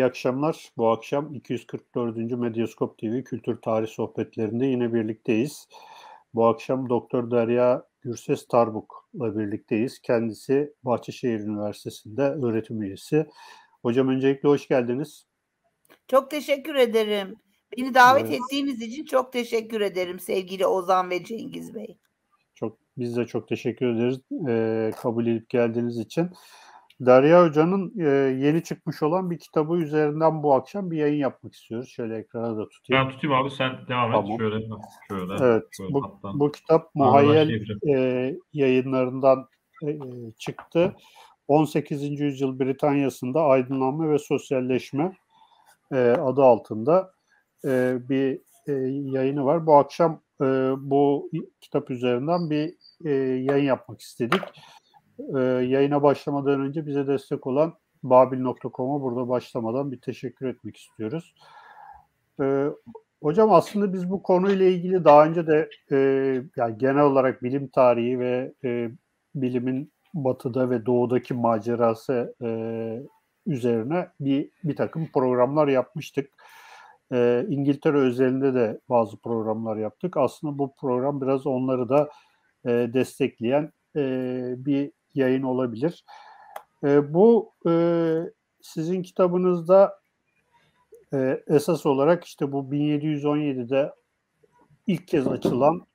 iyi akşamlar. Bu akşam 244. Medyaskop TV Kültür Tarih Sohbetlerinde yine birlikteyiz. Bu akşam Doktor Derya Gürses Tarbuk'la birlikteyiz. Kendisi Bahçeşehir Üniversitesi'nde öğretim üyesi. Hocam öncelikle hoş geldiniz. Çok teşekkür ederim. Beni davet ettiğiniz için çok teşekkür ederim sevgili Ozan ve Cengiz Bey. Biz de çok teşekkür ederiz kabul edip geldiğiniz için. Derya Hoca'nın yeni çıkmış olan bir kitabı üzerinden bu akşam bir yayın yapmak istiyoruz. Şöyle ekrana da tutayım. Ben tutayım abi, sen devam et. Tamam. Şöyle. Evet, şöyle bu kitap Muhayyel yayınlarından çıktı. 18. yüzyıl Britanya'sında aydınlanma ve sosyalleşme adı altında bir yayını var. Bu akşam bu kitap üzerinden bir yayın yapmak istedik. Yayına başlamadan önce bize destek olan babil.com'a burada başlamadan bir teşekkür etmek istiyoruz. Hocam aslında biz bu konuyla ilgili daha önce de yani genel olarak bilim tarihi ve bilimin batıda ve doğudaki macerası üzerine bir takım programlar yapmıştık. İngiltere özelinde de bazı programlar yaptık. Aslında bu program biraz onları da destekleyen bir yayın olabilir. Bu sizin kitabınızda esas olarak işte bu 1717'de ilk kez açılan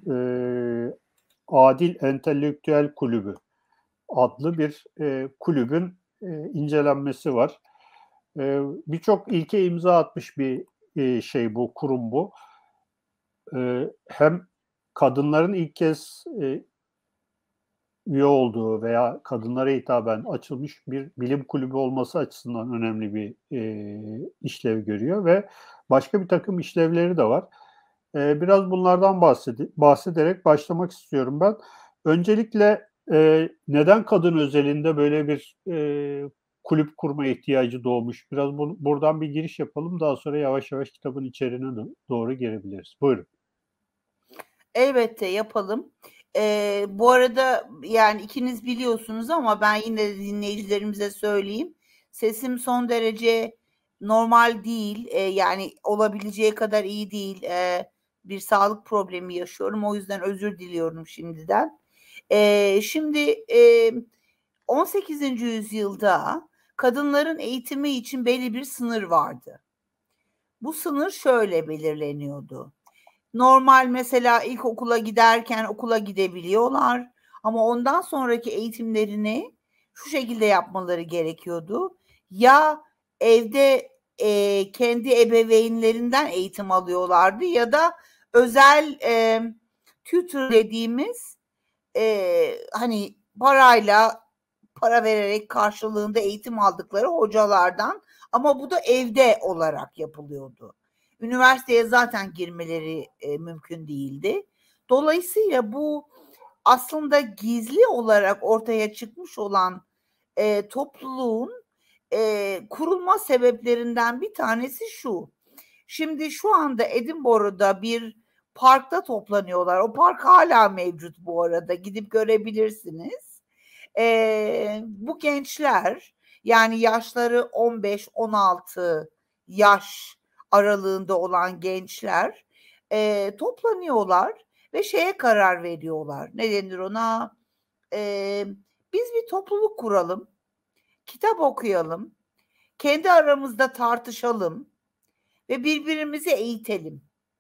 Adil Entelektüel Kulübü adlı bir kulübün incelenmesi var. Birçok ilke imza atmış bir bu, kurum bu. Hem kadınların ilk kez üye olduğu veya kadınlara hitaben açılmış bir bilim kulübü olması açısından önemli bir işlev görüyor ve başka bir takım işlevleri de var. Biraz bunlardan bahsederek başlamak istiyorum ben. Öncelikle neden kadın özelinde böyle bir kulüp kurma ihtiyacı doğmuş? Biraz buradan bir giriş yapalım. Daha sonra yavaş yavaş kitabın içeriğine doğru girebiliriz. Buyurun. Elbette yapalım. Bu arada yani ikiniz biliyorsunuz ama ben yine de dinleyicilerimize söyleyeyim. Sesim son derece normal değil. Yani olabileceği kadar iyi değil. Bir sağlık problemi yaşıyorum. O yüzden özür diliyorum şimdiden. Şimdi 18. yüzyılda kadınların eğitimi için belli bir sınır vardı. Bu sınır şöyle belirleniyordu. Normal mesela ilkokula giderken okula gidebiliyorlar ama ondan sonraki eğitimlerini şu şekilde yapmaları gerekiyordu. Ya evde kendi ebeveynlerinden eğitim alıyorlardı ya da özel tutor dediğimiz hani para vererek karşılığında eğitim aldıkları hocalardan, ama bu da evde olarak yapılıyordu. Üniversiteye zaten girmeleri mümkün değildi. Dolayısıyla bu aslında gizli olarak ortaya çıkmış olan topluluğun kurulma sebeplerinden bir tanesi şu. Şimdi şu anda Edinburgh'da bir parkta toplanıyorlar. O park hala mevcut bu arada. Gidip görebilirsiniz. Bu gençler, yani yaşları 15-16 yaş aralığında olan gençler toplanıyorlar ve şeye karar veriyorlar. Ne denir ona? Biz bir topluluk kuralım, kitap okuyalım, kendi aramızda tartışalım ve birbirimizi eğitelim.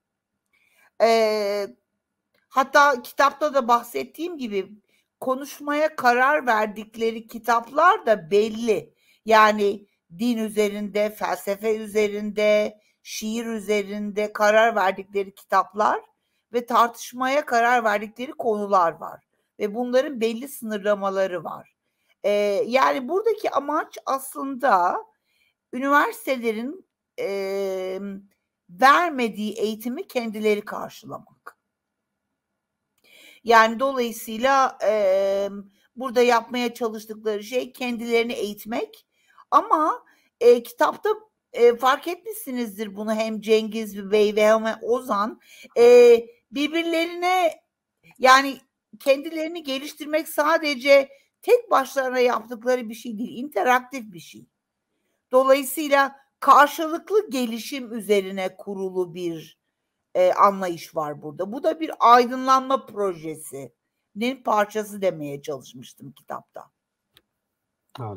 Hatta kitapta da bahsettiğim gibi konuşmaya karar verdikleri kitaplar da belli. Yani din üzerinde, felsefe üzerinde, şiir üzerinde karar verdikleri kitaplar ve tartışmaya karar verdikleri konular var. Ve bunların belli sınırlamaları var. Yani buradaki amaç aslında üniversitelerin vermediği eğitimi kendileri karşılamak. Yani dolayısıyla burada yapmaya çalıştıkları şey kendilerini eğitmek. Ama kitapta fark etmişsinizdir bunu, hem Cengiz Bey ve hem Ozan birbirlerine, yani kendilerini geliştirmek sadece tek başlarına yaptıkları bir şey değil, interaktif bir şey. Dolayısıyla karşılıklı gelişim üzerine kurulu bir anlayış var burada. Bu da bir aydınlanma projesinin parçası demeye çalışmıştım kitapta. Evet.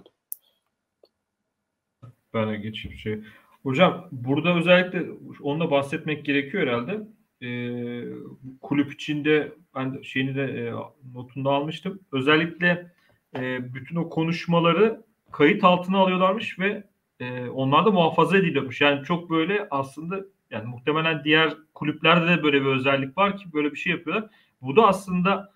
Ben de geçeyim. Hocam burada özellikle onunla bahsetmek gerekiyor herhalde. Kulüp içinde ben de şeyini de notunda almıştım. Özellikle bütün o konuşmaları kayıt altına alıyorlarmış ve onlar da muhafaza ediliyormuş. Yani çok böyle aslında, yani muhtemelen diğer kulüplerde de böyle bir özellik var ki böyle bir şey yapıyorlar. Bu da aslında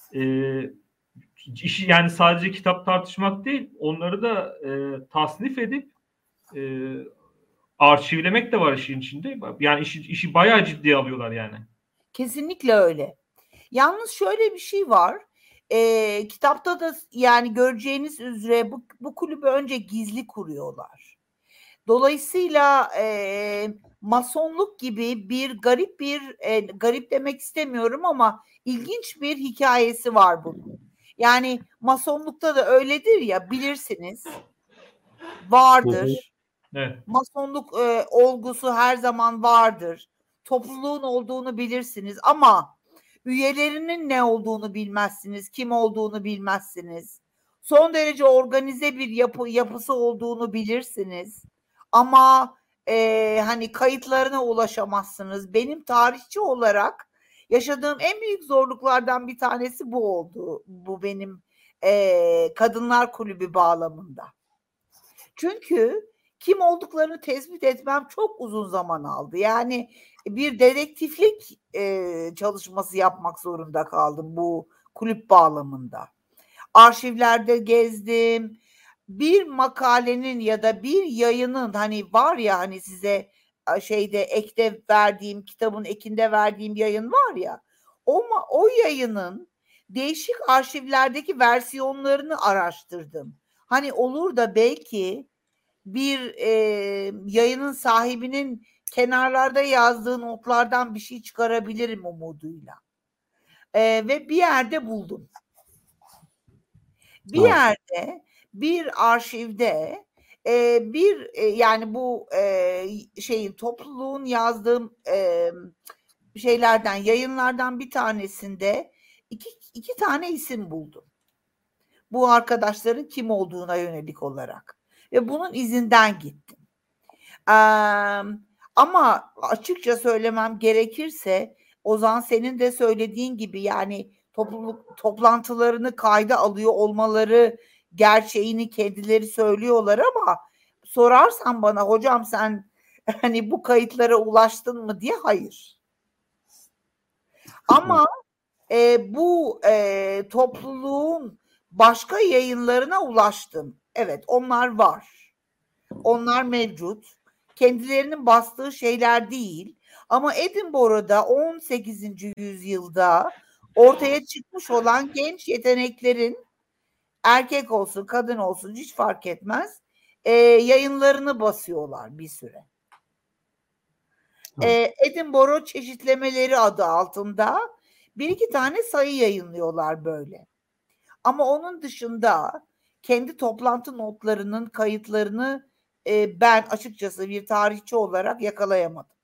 işi, yani sadece kitap tartışmak değil, onları da tasnif edip arşivlemek de var işin içinde. Yani işi bayağı ciddiye alıyorlar yani. Kesinlikle öyle. Yalnız şöyle bir şey var. Kitapta da yani göreceğiniz üzere bu kulübü önce gizli kuruyorlar. Dolayısıyla masonluk gibi bir garip demek istemiyorum ama ilginç bir hikayesi var bunun. Yani masonlukta da öyledir ya, bilirsiniz. Vardır. Evet. Masonluk olgusu her zaman vardır. Topluluğun olduğunu bilirsiniz ama üyelerinin ne olduğunu bilmezsiniz, kim olduğunu bilmezsiniz. Son derece organize bir yapısı olduğunu bilirsiniz. Ama hani kayıtlarına ulaşamazsınız. Benim tarihçi olarak yaşadığım en büyük zorluklardan bir tanesi bu oldu. Bu benim Kadınlar Kulübü bağlamında. Çünkü kim olduklarını tespit etmem çok uzun zaman aldı. Yani bir dedektiflik çalışması yapmak zorunda kaldım bu kulüp bağlamında. Arşivlerde gezdim. Bir makalenin ya da bir yayının, hani var ya, hani size ekte verdiğim, kitabın ekinde verdiğim yayın var ya, o yayının değişik arşivlerdeki versiyonlarını araştırdım. Hani olur da belki bir yayının sahibinin kenarlarda yazdığı notlardan bir şey çıkarabilirim umuduyla. Ve bir yerde buldum. Bir yerde, bir arşivde yani bu topluluğun yazdığım yayınlardan bir tanesinde iki tane isim buldum. Bu arkadaşların kim olduğuna yönelik olarak. Ve bunun izinden gittim. Ama açıkça söylemem gerekirse, Ozan, senin de söylediğin gibi, yani topluluk toplantılarını kayda alıyor olmaları gerçeğini kendileri söylüyorlar ama sorarsan bana, hocam sen hani bu kayıtlara ulaştın mı diye, hayır. Ama bu topluluğun başka yayınlarına ulaştım. Evet, onlar var. Onlar mevcut. Kendilerinin bastığı şeyler değil. Ama Edinburgh'da 18. yüzyılda ortaya çıkmış olan genç yeteneklerin, erkek olsun kadın olsun hiç fark etmez, yayınlarını basıyorlar bir süre. Edinburgh çeşitlemeleri adı altında bir iki tane sayı yayınlıyorlar böyle. Ama onun dışında kendi toplantı notlarının kayıtlarını ben açıkçası bir tarihçi olarak yakalayamadım.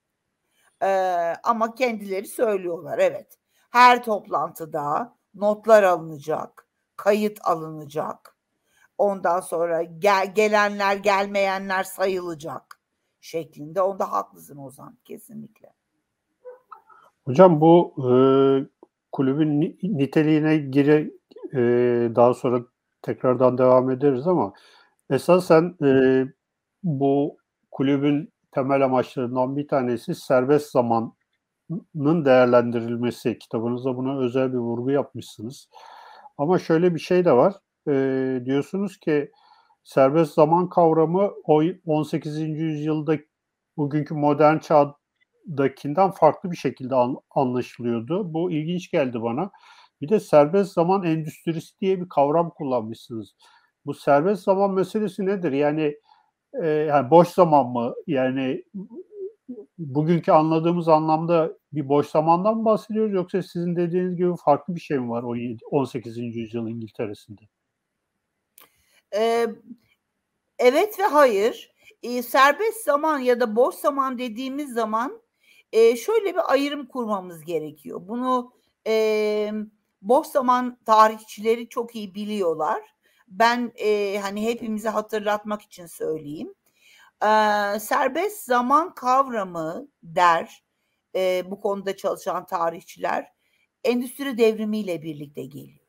Ama kendileri söylüyorlar, evet. Her toplantıda notlar alınacak, kayıt alınacak. Ondan sonra gelenler gelmeyenler sayılacak şeklinde. Onda haklısın Ozan, kesinlikle. Hocam bu kulübün niteliğine daha sonra tekrardan devam ederiz ama esasen bu kulübün temel amaçlarından bir tanesi serbest zamanın değerlendirilmesi. Kitabınızda buna özel bir vurgu yapmışsınız. Ama şöyle bir şey de var. Diyorsunuz ki serbest zaman kavramı 18. yüzyılda bugünkü modern çağdakinden farklı bir şekilde anlaşılıyordu. Bu ilginç geldi bana. Bir de serbest zaman endüstrisi diye bir kavram kullanmışsınız. Bu serbest zaman meselesi nedir? Yani boş zaman mı? Yani bugünkü anladığımız anlamda bir boş zamandan mı bahsediyoruz, yoksa sizin dediğiniz gibi farklı bir şey mi var 18. yüzyıl İngiltere'sinde? Evet ve hayır. serbest zaman ya da boş zaman dediğimiz zaman şöyle bir ayrım kurmamız gerekiyor. Bunu boş zaman tarihçileri çok iyi biliyorlar. Ben hani hepimize hatırlatmak için söyleyeyim. Serbest zaman kavramı der bu konuda çalışan tarihçiler endüstri devrimiyle birlikte geliyor.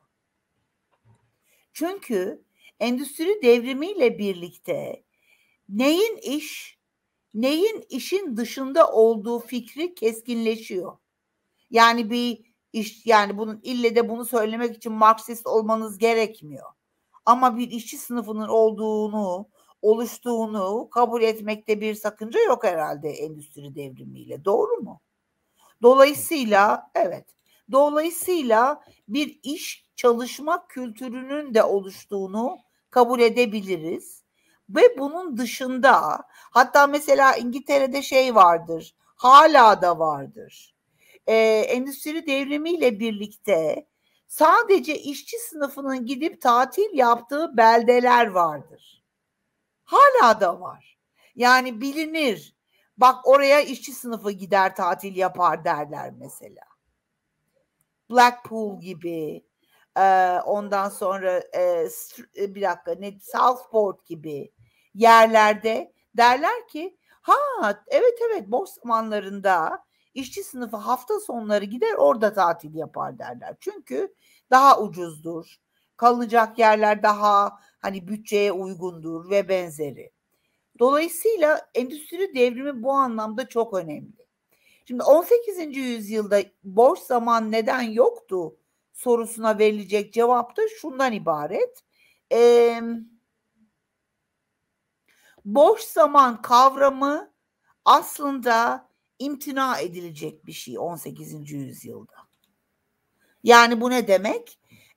Çünkü endüstri devrimiyle birlikte neyin iş, neyin işin dışında olduğu fikri keskinleşiyor. Yani bir iş, yani bunun ille de bunu söylemek için Marksist olmanız gerekmiyor. Ama bir işçi sınıfının olduğunu, oluştuğunu kabul etmekte bir sakınca yok herhalde endüstri devrimiyle. Doğru mu? Dolayısıyla evet. Dolayısıyla bir iş çalışma kültürünün de oluştuğunu kabul edebiliriz. Ve bunun dışında hatta mesela İngiltere'de şey vardır. Hala da vardır. Endüstri devrimiyle birlikte sadece işçi sınıfının gidip tatil yaptığı beldeler vardır. Hala da var. Yani bilinir. Bak oraya işçi sınıfı gider tatil yapar derler mesela. Blackpool gibi, ondan sonra bir dakika Southport gibi yerlerde derler ki evet boş zamanlarında işçi sınıfı hafta sonları gider orada tatil yapar derler. Çünkü daha ucuzdur. Kalınacak yerler daha hani bütçeye uygundur ve benzeri. Dolayısıyla endüstri devrimi bu anlamda çok önemli. Şimdi 18. yüzyılda boş zaman neden yoktu sorusuna verilecek cevap da şundan ibaret. Boş zaman kavramı aslında imtina edilecek bir şey 18. yüzyılda. Yani bu ne demek?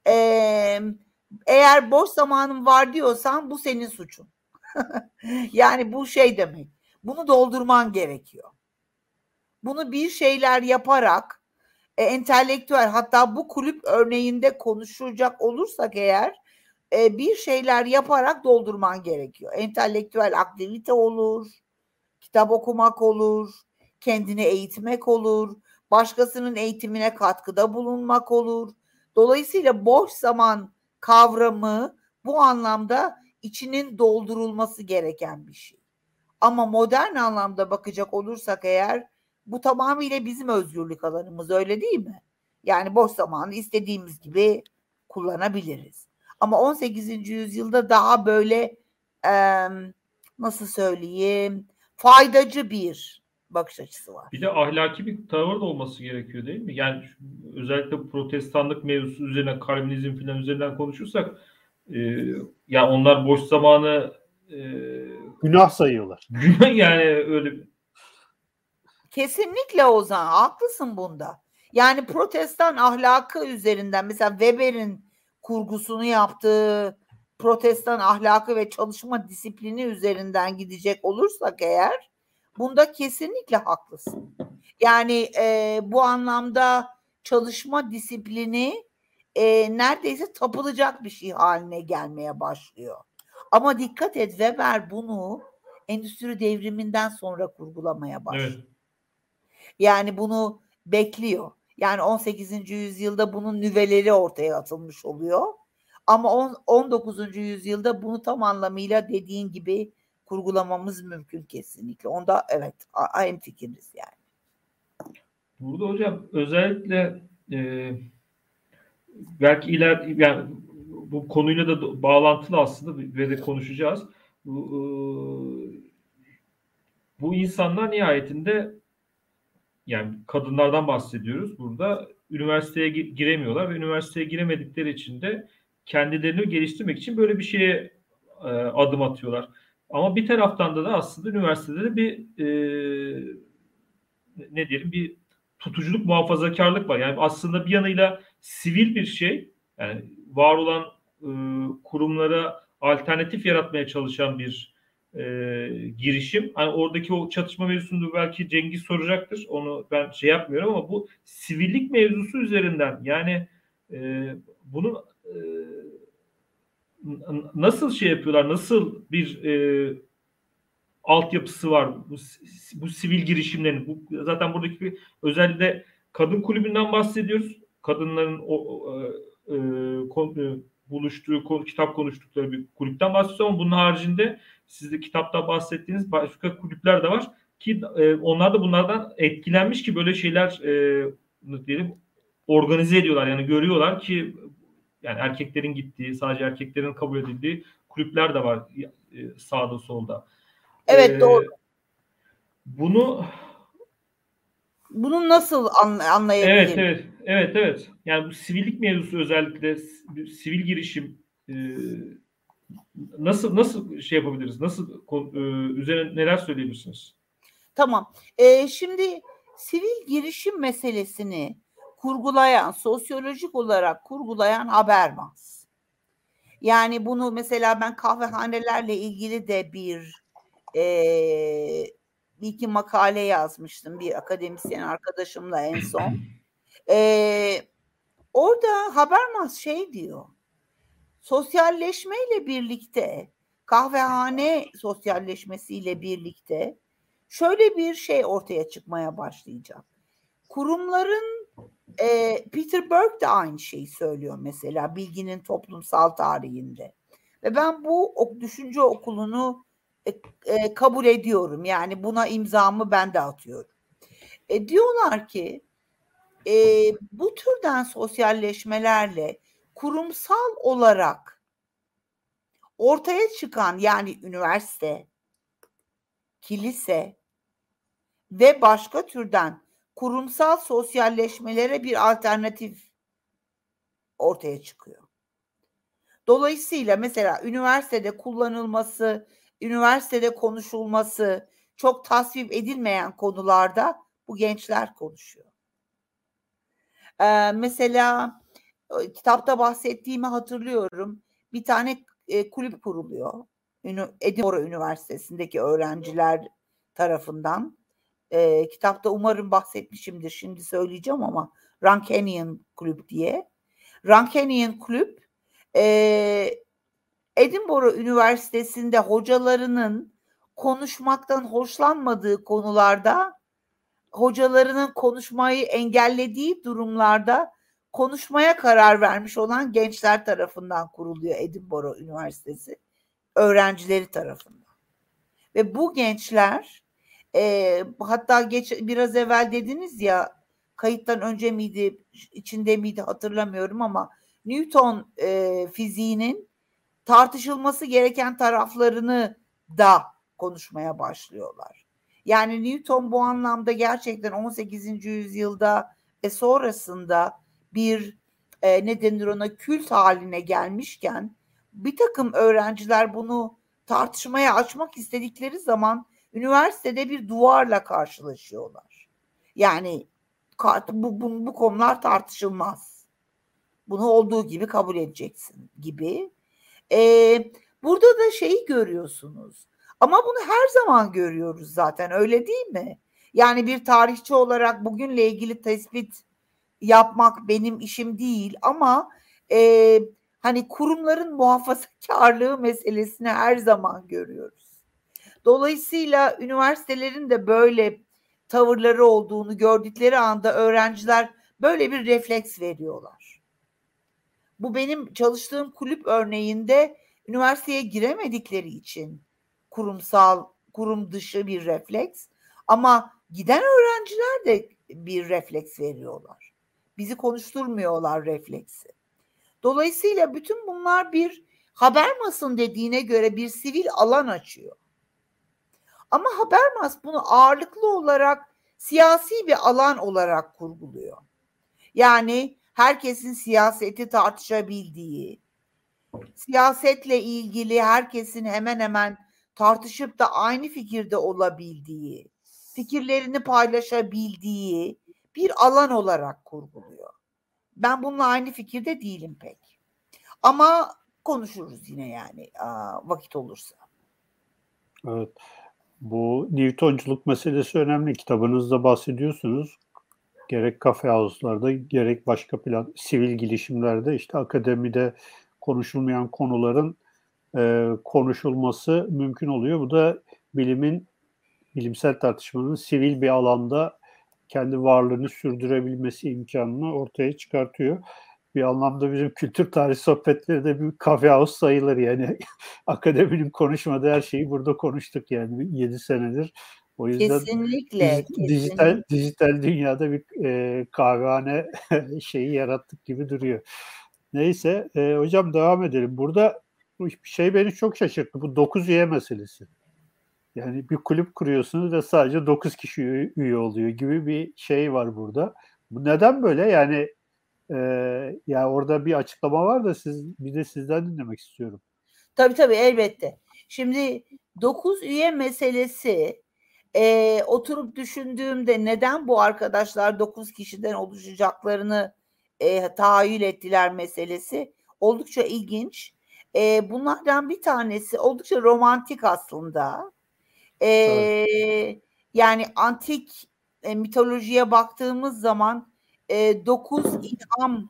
Eğer boş zamanın var diyorsan bu senin suçun. Yani bu şey demek. Bunu doldurman gerekiyor. Bunu bir şeyler yaparak entelektüel, hatta bu kulüp örneğinde konuşacak olursak eğer bir şeyler yaparak doldurman gerekiyor. Entelektüel aktivite olur, kitap okumak olur, kendini eğitmek olur, başkasının eğitimine katkıda bulunmak olur. Dolayısıyla boş zaman kavramı bu anlamda içinin doldurulması gereken bir şey. Ama modern anlamda bakacak olursak eğer bu tamamıyla bizim özgürlük alanımız, öyle değil mi? Yani boş zamanı istediğimiz gibi kullanabiliriz. Ama 18. yüzyılda daha böyle nasıl söyleyeyim, faydacı bir bakış açısı var. Bir de ahlaki bir tavır da olması gerekiyor değil mi? Yani özellikle protestanlık mevzusu üzerine, Kalvinizm falan üzerinden konuşursak ya onlar boş zamanı günah sayıyorlar. günah yani öyle. Kesinlikle Ozan, haklısın bunda. Yani protestan ahlakı üzerinden mesela Weber'in kurgusunu yaptığı protestan ahlakı ve çalışma disiplini üzerinden gidecek olursak eğer bunda kesinlikle haklısın. Yani bu anlamda çalışma disiplini neredeyse tapılacak bir şey haline gelmeye başlıyor. Ama dikkat et, Weber bunu endüstri devriminden sonra kurgulamaya başlıyor. Evet. Yani bunu bekliyor. Yani 18. yüzyılda bunun nüveleri ortaya atılmış oluyor. Ama 19. yüzyılda bunu tam anlamıyla dediğin gibi kurgulamamız mümkün kesinlikle. Onda evet hemfikiriz yani. Burada hocam özellikle belki yani bu konuyla da bağlantılı aslında ve de konuşacağız. Bu insanlar nihayetinde, yani kadınlardan bahsediyoruz burada, üniversiteye giremiyorlar ve üniversiteye giremedikleri için de kendilerini geliştirmek için böyle bir şeye adım atıyorlar. Ama bir taraftan da aslında üniversitede de bir ne diyelim, bir tutuculuk, muhafazakarlık var. Yani aslında bir yanıyla sivil bir şey, yani var olan kurumlara alternatif yaratmaya çalışan bir girişim. Hani oradaki o çatışma mevzusunu belki Cengiz soracaktır. Onu ben şey yapmıyorum ama bu sivillik mevzusu üzerinden, yani bunu nasıl şey yapıyorlar? Nasıl bir altyapısı var. Bu sivil girişimlerin, zaten buradaki özellikle kadın kulübünden bahsediyoruz. Kadınların buluştuğu, kitap konuştukları bir kulüpten bahsediyoruz ama bunun haricinde siz de kitapta bahsettiğiniz başka kulüpler de var ki onlar da bunlardan etkilenmiş ki böyle şeyler diyelim organize ediyorlar. Yani görüyorlar ki yani erkeklerin gittiği, sadece erkeklerin kabul edildiği kulüpler de var sağda solda. Evet, doğru. Bunu nasıl anlayabiliriz? Evet. Yani bu sivillik mevzusu özellikle sivil girişim nasıl şey yapabiliriz? Nasıl üzerine neler söyleyebilirsiniz? Tamam. Şimdi sivil girişim meselesini sosyolojik olarak kurgulayan Habermas. Yani bunu mesela ben kahvehanelerle ilgili de bir iki makale yazmıştım bir akademisyen arkadaşımla en son. Orada Habermas şey diyor. Sosyalleşmeyle birlikte, kahvehane sosyalleşmesiyle birlikte şöyle bir şey ortaya çıkmaya başlayacak. Kurumların Peter Burke de aynı şeyi söylüyor mesela bilginin toplumsal tarihinde. Ve ben bu düşünce okulunu kabul ediyorum. Yani buna imzamı ben de atıyorum. Diyorlar ki bu türden sosyalleşmelerle kurumsal olarak ortaya çıkan yani üniversite, kilise ve başka türden kurumsal sosyalleşmelere bir alternatif ortaya çıkıyor. Dolayısıyla mesela üniversitede kullanılması, üniversitede konuşulması çok tasvip edilmeyen konularda bu gençler konuşuyor. Mesela kitapta bahsettiğimi hatırlıyorum. Bir tane kulüp kuruluyor. Edinburgh Üniversitesi'ndeki öğrenciler tarafından. Kitapta umarım bahsetmişimdir. Şimdi söyleyeceğim ama Rankenian Kulüp diye. Rankenian Kulüp Edinburgh Üniversitesi'nde hocalarının konuşmaktan hoşlanmadığı konularda hocalarının konuşmayı engellediği durumlarda konuşmaya karar vermiş olan gençler tarafından kuruluyor Edinburgh Üniversitesi öğrencileri tarafından. Ve bu gençler hatta biraz evvel dediniz ya kayıttan önce miydi içinde miydi hatırlamıyorum ama Newton fiziğinin tartışılması gereken taraflarını da konuşmaya başlıyorlar. Yani Newton bu anlamda gerçekten 18. yüzyılda ve sonrasında bir ne denir ona kült haline gelmişken bir takım öğrenciler bunu tartışmaya açmak istedikleri zaman üniversitede bir duvarla karşılaşıyorlar. Yani bu konular tartışılmaz. Bunu olduğu gibi kabul edeceksin gibi. Burada da şeyi görüyorsunuz. Ama bunu her zaman görüyoruz zaten öyle değil mi? Yani bir tarihçi olarak bugünle ilgili tespit yapmak benim işim değil ama hani kurumların muhafazakarlığı meselesini her zaman görüyoruz. Dolayısıyla üniversitelerin de böyle tavırları olduğunu gördükleri anda öğrenciler böyle bir refleks veriyorlar. Bu benim çalıştığım kulüp örneğinde üniversiteye giremedikleri için kurum dışı bir refleks ama giden öğrenciler de bir refleks veriyorlar. Bizi konuşturmuyorlar refleksi. Dolayısıyla bütün bunlar bir Habermas'ın dediğine göre bir sivil alan açıyor. Ama Habermas bunu ağırlıklı olarak siyasi bir alan olarak kurguluyor. Yani herkesin siyaseti tartışabildiği, siyasetle ilgili herkesin hemen hemen tartışıp da aynı fikirde olabildiği, fikirlerini paylaşabildiği bir alan olarak kurguluyor. Ben bununla aynı fikirde değilim pek. Ama konuşuruz yine yani vakit olursa. Evet. Bu Newtonculuk meselesi önemli. Kitabınızda bahsediyorsunuz. Gerek kafe house'larda gerek başka sivil girişimlerde işte akademide konuşulmayan konuların konuşulması mümkün oluyor. Bu da bilimsel tartışmanın sivil bir alanda kendi varlığını sürdürebilmesi imkanını ortaya çıkartıyor. Bir anlamda bizim kültür tarih sohbetleri de bir kafe house sayılır yani. Akademinin konuşmadığı her şeyi burada konuştuk yani 7 senedir. O yüzden Kesinlikle. dijital dünyada bir kahvehane şeyi yarattık gibi duruyor. Neyse hocam devam edelim. Burada bir şey beni çok şaşırttı. Bu 9 üye meselesi. Yani bir kulüp kuruyorsunuz ve sadece 9 kişi üye oluyor gibi bir şey var burada. Bu neden böyle? Yani yani orada bir açıklama var da bir de sizden dinlemek istiyorum. Tabii elbette. Şimdi 9 üye meselesi oturup düşündüğümde neden bu arkadaşlar 9 kişiden oluşacaklarını tahayyül ettiler meselesi oldukça ilginç. Bunlardan bir tanesi oldukça romantik aslında. Evet. Yani antik mitolojiye baktığımız zaman 9 ilham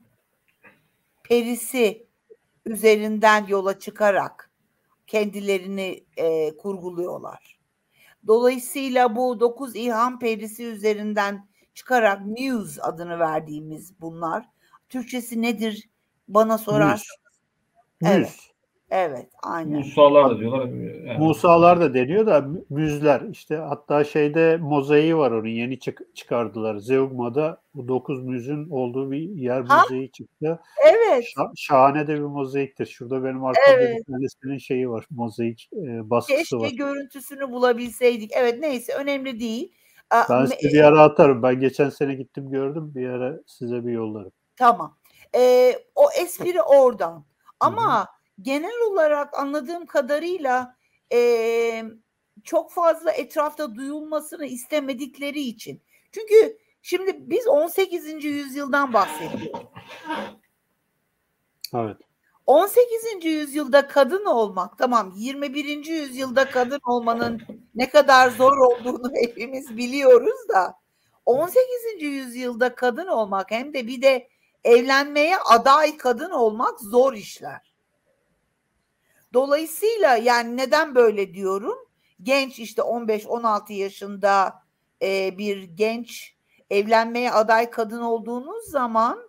perisi üzerinden yola çıkarak kendilerini kurguluyorlar. Dolayısıyla bu 9 ilham perisi üzerinden çıkarak Muse adını verdiğimiz bunlar. Türkçesi nedir bana sorarsanız? Evet. Evet, aynen. Musalar da diyorlar. Yani. Musalar da deniyor da müzler. İşte hatta şeyde mozaiği var onun yeni çıkardılar. Zeugma'da bu 9 müzün olduğu bir yer mozaiği çıktı. Evet. Şahane de bir mozaiktir. Şurada benim arkamda bir tanesinin şeyi var. Mozaik baskısı var. Keşke görüntüsünü bulabilseydik. Evet neyse önemli değil. Ben size bir ara atarım. Ben geçen sene gittim gördüm. Bir ara size bir yollarım. Tamam. O espri oradan. Ama genel olarak anladığım kadarıyla çok fazla etrafta duyulmasını istemedikleri için. Çünkü şimdi biz 18. yüzyıldan bahsediyoruz. Evet. 18. yüzyılda kadın olmak, tamam 21. yüzyılda kadın olmanın ne kadar zor olduğunu hepimiz biliyoruz da 18. yüzyılda kadın olmak hem de bir de evlenmeye aday kadın olmak zor işler. Dolayısıyla yani neden böyle diyorum? Genç işte 15-16 yaşında bir genç evlenmeye aday kadın olduğunuz zaman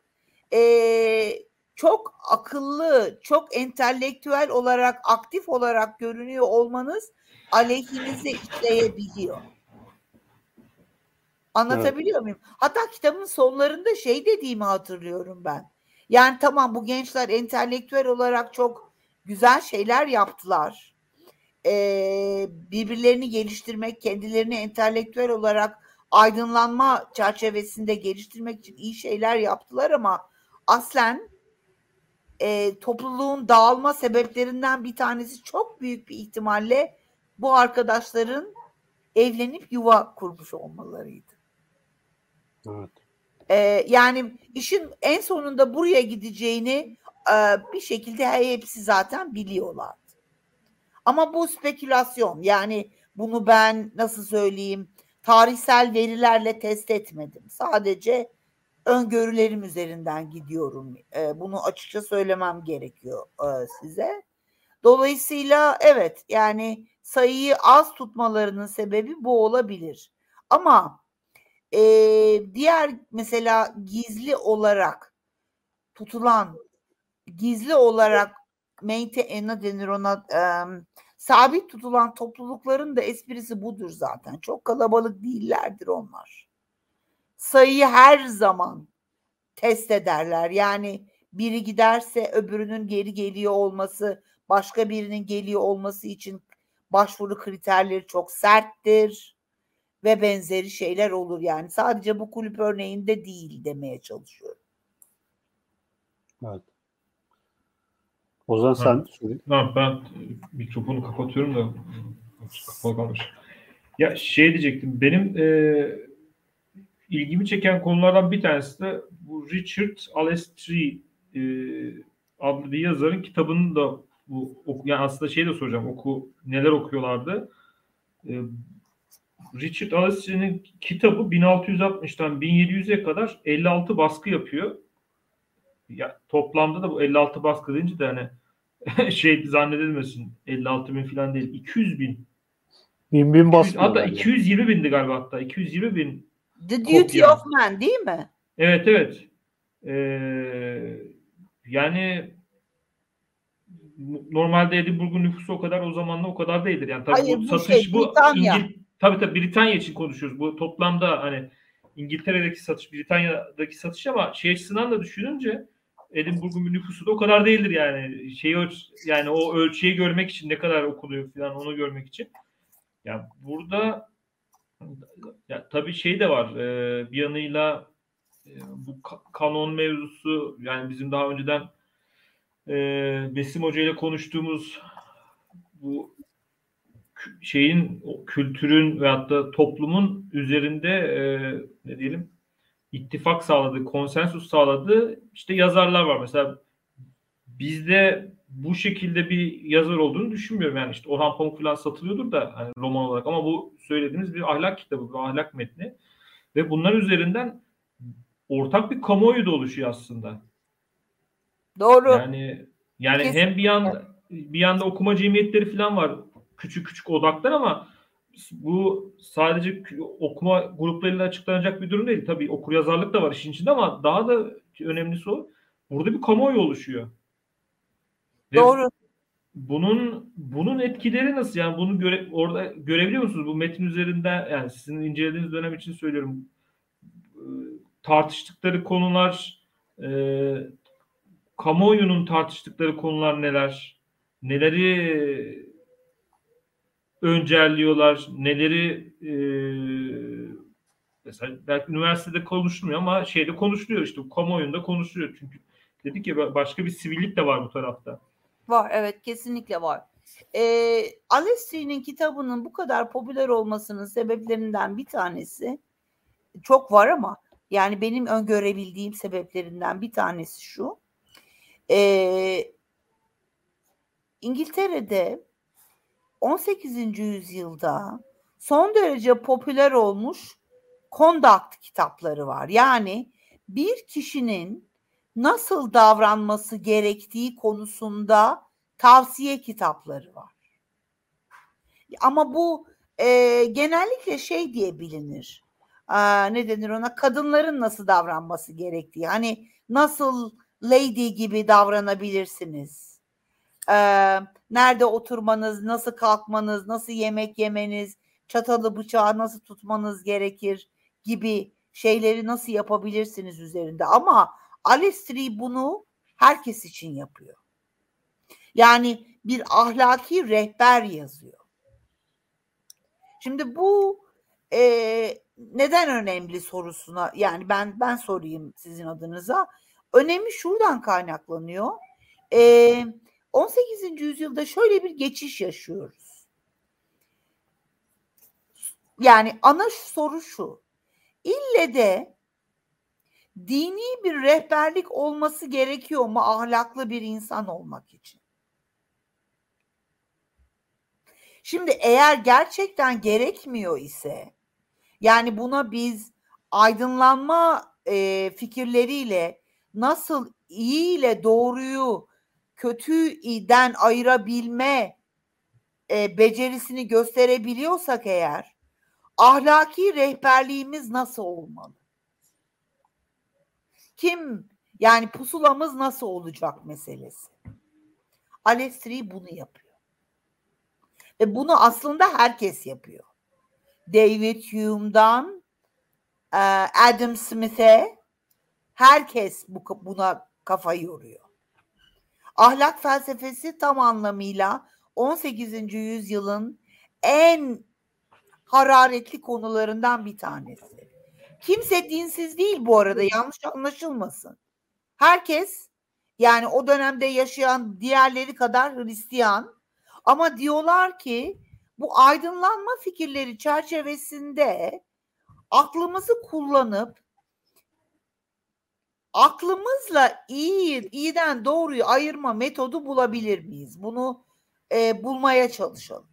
çok akıllı, çok entelektüel olarak, aktif olarak görünüyor olmanız aleyhinize işleyebiliyor. Anlatabiliyor muyum? Hatta kitabın sonlarında şey dediğimi hatırlıyorum ben. Yani tamam bu gençler entelektüel olarak çok güzel şeyler yaptılar. Birbirlerini geliştirmek, kendilerini entelektüel olarak aydınlanma çerçevesinde geliştirmek için iyi şeyler yaptılar ama aslen topluluğun dağılma sebeplerinden bir tanesi çok büyük bir ihtimalle bu arkadaşların evlenip yuva kurmuş olmalarıydı. Evet. Yani işin en sonunda buraya gideceğini bir şekilde hepsi zaten biliyorlardı. Ama bu spekülasyon, yani bunu ben nasıl söyleyeyim tarihsel verilerle test etmedim. Sadece öngörülerim üzerinden gidiyorum. Bunu açıkça söylemem gerekiyor size. Dolayısıyla evet yani sayıyı az tutmalarının sebebi bu olabilir. Ama diğer mesela gizli olarak tutulan, gizli olarak ne denir ona sabit tutulan toplulukların da esprisi budur zaten. Çok kalabalık değillerdir onlar. Sayıyı her zaman test ederler. Yani biri giderse öbürünün geri geliyor olması, başka birinin geliyor olması için başvuru kriterleri çok serttir ve benzeri şeyler olur. Yani sadece bu kulüp örneğinde değil demeye çalışıyorum. Evet. Ozan sen söyle. Ben mikrofonu kapatıyorum da kapalı kalmış. Ya şey diyecektim. Benim ilgimi çeken konulardan bir tanesi de bu Richard Alestri adlı bir yazarın kitabının da yani aslında şey de soracağım. Neler okuyorlardı? Richard Alestri'nin kitabı 1660'tan 1700'e kadar 56 baskı yapıyor. Ya toplamda da bu 56 baskı deyince de hani şey zannedilmesin 56 bin falan değil 200 bin Bin Hatta basmıyorlar yani. 220 bindi galiba hatta. 220 bin The Duty kopya. of Man değil mi? Evet evet. Yani normalde Edinburgh'un nüfusu o kadar, o zamanla o kadar değildir. Yani tabii Hayır, bu bu satış, bu Britanya. tabii Britanya için konuşuyoruz. Bu toplamda hani İngiltere'deki satış, Britanya'daki satış, ama şey açısından da düşününce Edinburgh'un bir nüfusu da o kadar değildir yani. Yani o ölçüyü görmek için, ne kadar okunuyor falan, onu görmek için. Yani burada ya tabii şey de var. Bir yanıyla bu kanon mevzusu, yani bizim daha önceden Besim Hoca ile konuştuğumuz bu şeyin, o kültürün veyahut da toplumun üzerinde ne diyelim, ittifak sağladığı, konsensus sağladığı işte yazarlar var. Mesela bizde bu şekilde bir yazar olduğunu düşünmüyorum. Yani işte Orhan Pamuk falan satılıyordur da hani roman olarak, ama bu söylediğimiz bir ahlak kitabı, bir ahlak metni ve bunlar üzerinden ortak bir kamuoyu da oluşuyor aslında. Doğru. Yani hem Kesinlikle. bir yanda okuma cemiyetleri falan var. Küçük küçük odaklar, ama bu sadece okuma gruplarıyla açıklanacak bir durum değil. Tabii okuryazarlık da var işin içinde, ama daha da önemlisi o. Burada bir kamuoyu oluşuyor. Ve Doğru. bunun etkileri nasıl? Yani bunu orada görebiliyor musunuz? Bu metin üzerinde, yani sizin incelediğiniz dönem için söylüyorum. Tartıştıkları konular, e, kamuoyunun tartıştıkları konular neler? Neleri öncelliyorlar? Neleri mesela belki üniversitede konuşulmuyor ama şeyde konuşuluyor, işte kamuoyunda konuşuluyor. Çünkü dedik ya, başka bir sivillik de var bu tarafta. Var, evet, kesinlikle var. Alessi'nin kitabının bu kadar popüler olmasının sebeplerinden bir tanesi, çok var ama yani benim öngörebildiğim sebeplerinden bir tanesi şu. İngiltere'de 18. yüzyılda son derece popüler olmuş conduct kitapları var. Yani bir kişinin nasıl davranması gerektiği konusunda tavsiye kitapları var. Ama bu genellikle şey diye bilinir. Ne denir ona? Kadınların nasıl davranması gerektiği. Hani nasıl lady gibi davranabilirsiniz? Nerede oturmanız, nasıl kalkmanız, nasıl yemek yemeniz, çatalı bıçağı nasıl tutmanız gerekir gibi şeyleri nasıl yapabilirsiniz üzerinde. Ama Alestri bunu herkes için yapıyor. Yani bir ahlaki rehber yazıyor. Şimdi bu neden önemli sorusuna, yani ben sorayım sizin adınıza. Önemi şuradan kaynaklanıyor. 18. yüzyılda şöyle bir geçiş yaşıyoruz. Yani ana soru şu. İlle de dini bir rehberlik olması gerekiyor mu ahlaklı bir insan olmak için? Şimdi eğer gerçekten gerekmiyor ise, yani buna biz aydınlanma fikirleriyle nasıl iyi ile doğruyu kötüden ayırabilme becerisini gösterebiliyorsak eğer, ahlaki rehberliğimiz nasıl olmalı? Yani pusulamız nasıl olacak meselesi. Alestri bunu yapıyor. Ve bunu aslında herkes yapıyor. David Hume'dan Adam Smith'e herkes buna kafa yoruyor. Ahlak felsefesi tam anlamıyla 18. yüzyılın en hararetli konularından bir tanesi. Kimse dinsiz değil bu arada, yanlış anlaşılmasın. Herkes, yani o dönemde yaşayan diğerleri kadar Hristiyan, ama diyorlar ki bu aydınlanma fikirleri çerçevesinde aklımızı kullanıp aklımızla iyiden doğruyu ayırma metodu bulabilir miyiz? Bunu bulmaya çalışalım.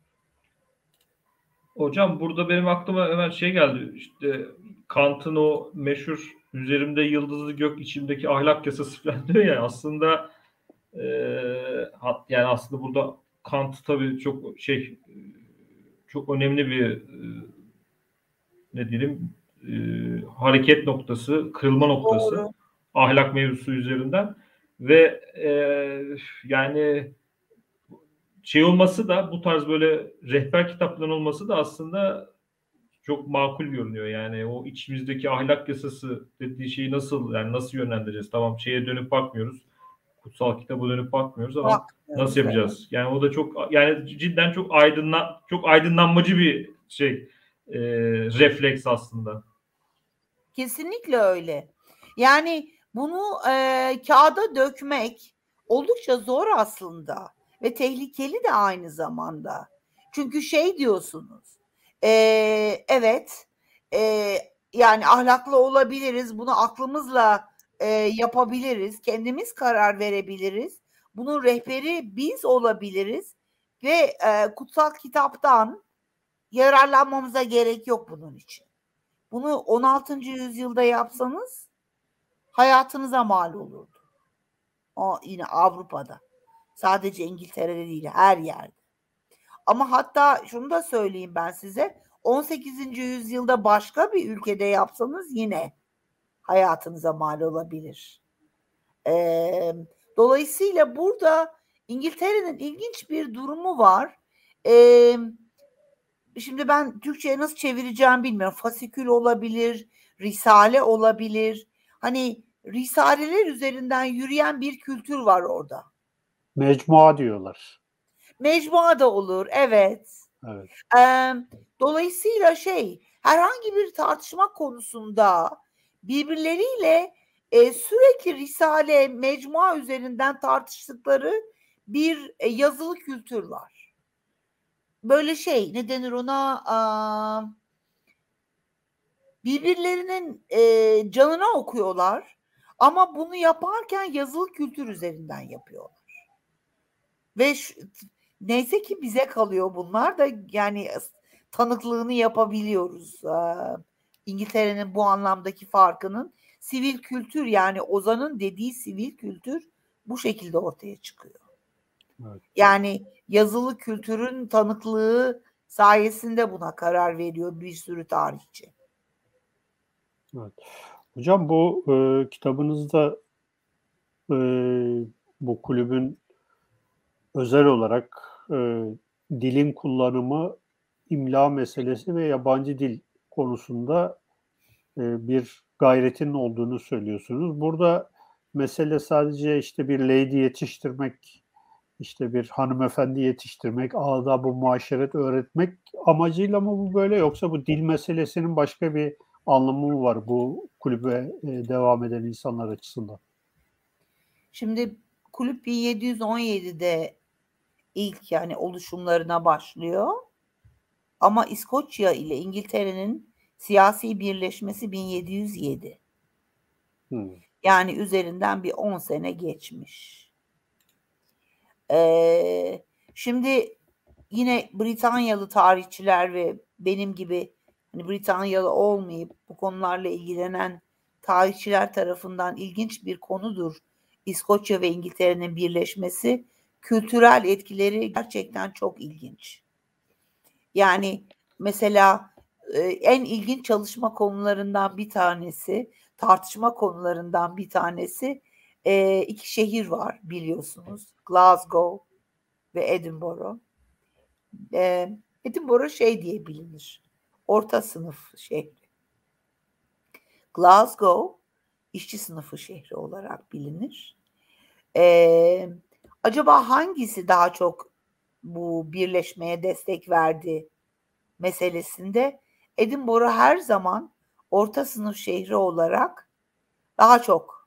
Hocam burada benim aklıma hemen şey geldi. İşte Kant'ın o meşhur "üzerimde yıldızlı gök, içimdeki ahlak yasası" falan diyor ya, aslında yani aslında burada Kant tabii çok çok önemli bir ne diyelim hareket noktası, kırılma noktası. Doğru. Ahlak mevzusu üzerinden ve yani şey olması da, bu tarz böyle rehber kitapların olması da aslında çok makul görünüyor. Yani o içimizdeki ahlak yasası dediği şeyi nasıl yönlendireceğiz? Tamam, şeye dönüp bakmıyoruz. Kutsal kitaba dönüp bakmıyoruz ama nasıl Bakmıyoruz, evet. yapacağız? Yani o da çok, yani cidden çok aydınlanmacı bir şey, refleks aslında. Kesinlikle öyle. Yani bunu kağıda dökmek oldukça zor aslında ve tehlikeli de aynı zamanda. Çünkü şey diyorsunuz, evet, yani ahlaklı olabiliriz, bunu aklımızla yapabiliriz, kendimiz karar verebiliriz. Bunun rehberi biz olabiliriz ve kutsal kitaptan yararlanmamıza gerek yok bunun için. Bunu 16. yüzyılda yapsanız hayatınıza mal olurdu. O yine Avrupa'da. Sadece İngiltere'de değil, her yerde. Ama hatta şunu da söyleyeyim ben size. 18. yüzyılda başka bir ülkede yapsanız yine hayatınıza mal olabilir. Dolayısıyla burada İngiltere'nin ilginç bir durumu var. Şimdi ben Türkçe'ye nasıl çevireceğim bilmiyorum. Fasikül olabilir, risale olabilir. Hani risaleler üzerinden yürüyen bir kültür var orada. Mecmua diyorlar. Mecmua da olur, evet. Evet. Dolayısıyla herhangi bir tartışma konusunda birbirleriyle sürekli risale, mecmua üzerinden tartıştıkları bir yazılı kültür var. Böyle ne denir ona, birbirlerinin canına okuyorlar ama bunu yaparken yazılı kültür üzerinden yapıyorlar. Ve neyse ki bize kalıyor bunlar da, yani tanıklığını yapabiliyoruz. İngiltere'nin bu anlamdaki farkının, sivil kültür, yani Ozan'ın dediği sivil kültür bu şekilde ortaya çıkıyor. Evet. Yani yazılı kültürün tanıklığı sayesinde buna karar veriyor bir sürü tarihçi. Evet. Hocam bu kitabınızda bu kulübün özel olarak dilin kullanımı, imla meselesi ve yabancı dil konusunda bir gayretin olduğunu söylüyorsunuz. Burada mesele sadece işte bir lady yetiştirmek, işte bir hanımefendi yetiştirmek, adab-ı muaşeret öğretmek amacıyla mı bu böyle, yoksa bu dil meselesinin başka bir anlamı mı var bu kulübe devam eden insanlar açısından? Şimdi kulüp 1717'de ilk oluşumlarına başlıyor. Ama İskoçya ile İngiltere'nin siyasi birleşmesi 1707. Yani üzerinden bir 10 sene geçmiş. Şimdi yine Britanyalı tarihçiler ve benim gibi Britanyalı olmayıp bu konularla ilgilenen tarihçiler tarafından ilginç bir konudur İskoçya ve İngiltere'nin birleşmesi. Kültürel etkileri gerçekten çok ilginç. Yani mesela en ilginç çalışma konularından bir tanesi, tartışma konularından bir tanesi, iki şehir var biliyorsunuz. Glasgow ve Edinburgh. Edinburgh diye bilinir. Orta sınıf şehri. Glasgow işçi sınıfı şehri olarak bilinir. Acaba hangisi daha çok bu birleşmeye destek verdi meselesinde Edinburgh her zaman orta sınıf şehri olarak daha çok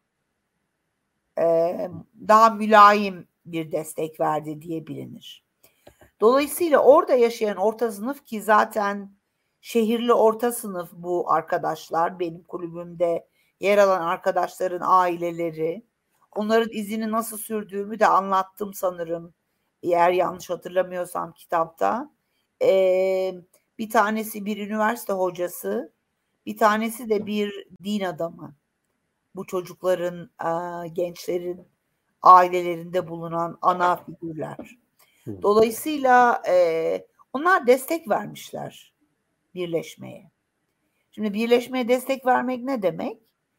daha mülayim bir destek verdi diye bilinir. Dolayısıyla orada yaşayan orta sınıf, ki zaten şehirli orta sınıf bu arkadaşlar, benim kulübümde yer alan arkadaşların aileleri, onların izini nasıl sürdüğümü de anlattım sanırım, eğer yanlış hatırlamıyorsam kitapta. Bir tanesi bir üniversite hocası, bir tanesi de bir din adamı. Bu çocukların, gençlerin ailelerinde bulunan ana figürler. Dolayısıyla Onlar destek vermişler birleşmeye. Şimdi birleşmeye destek vermek ne demek?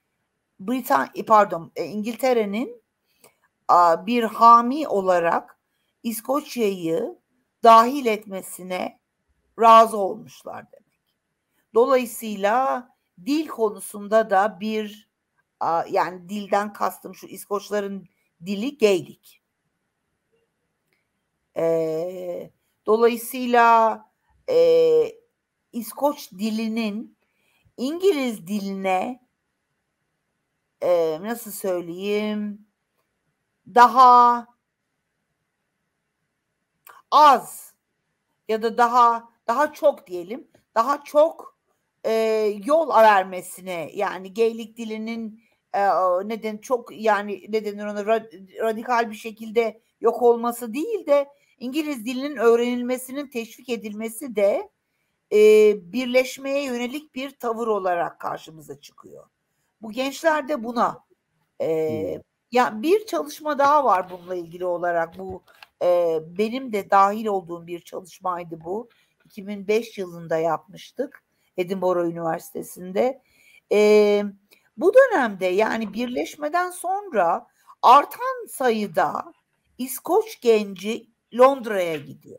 İngiltere'nin bir hami olarak İskoçya'yı dahil etmesine razı olmuşlar demek. Dolayısıyla dil konusunda da yani dilden kastım şu İskoçların dili Gaelic. Dolayısıyla İskoç dilinin İngiliz diline nasıl söyleyeyim daha az ya da daha çok diyelim daha çok yol vermesine yani Gaelic dilinin radikal bir şekilde yok olması değil de İngiliz dilinin öğrenilmesinin teşvik edilmesi de birleşmeye yönelik bir tavır olarak karşımıza çıkıyor. Bu gençler de buna ya bir çalışma daha var bununla ilgili olarak bu benim de dahil olduğum bir çalışmaydı bu. 2005 yılında yapmıştık Edinburgh Üniversitesi'nde. Bu dönemde yani birleşmeden sonra artan sayıda İskoç genci Londra'ya gidiyor.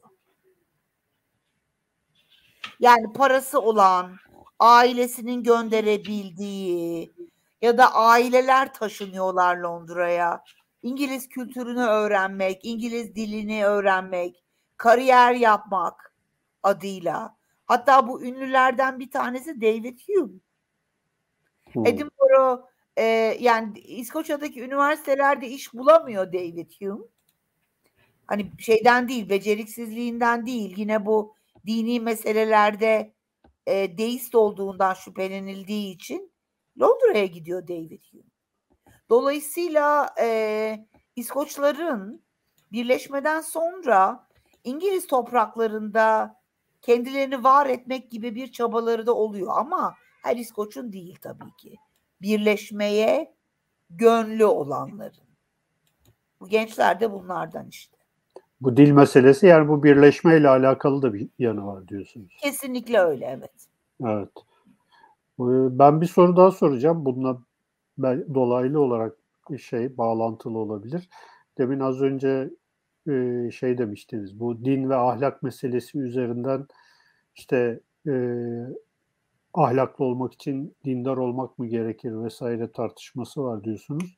Yani parası olan, ailesinin gönderebildiği ya da aileler taşınıyorlar Londra'ya. İngiliz kültürünü öğrenmek, İngiliz dilini öğrenmek, kariyer yapmak adıyla. Hatta bu ünlülerden bir tanesi David Hume. Edinburgh yani İskoçya'daki üniversitelerde iş bulamıyor David Hume. Hani şeyden değil, beceriksizliğinden değil. Yine bu dini meselelerde deist olduğundan şüphelenildiği için Londra'ya gidiyor David Hume. Dolayısıyla İskoçların birleşmeden sonra İngiliz topraklarında kendilerini var etmek gibi bir çabaları da oluyor ama her İskoç'un değil tabii ki. Birleşmeye gönlü olanların. Bu gençler de bunlardan işte. Bu dil meselesi yani bu birleşmeyle alakalı da bir yanı var diyorsunuz. Kesinlikle öyle, evet. Evet. Ben bir soru daha soracağım. Bununla dolaylı olarak bağlantılı olabilir. Demin az önce demiştiniz. Bu din ve ahlak meselesi üzerinden işte ahlaklı olmak için dindar olmak mı gerekir vesaire tartışması var diyorsunuz.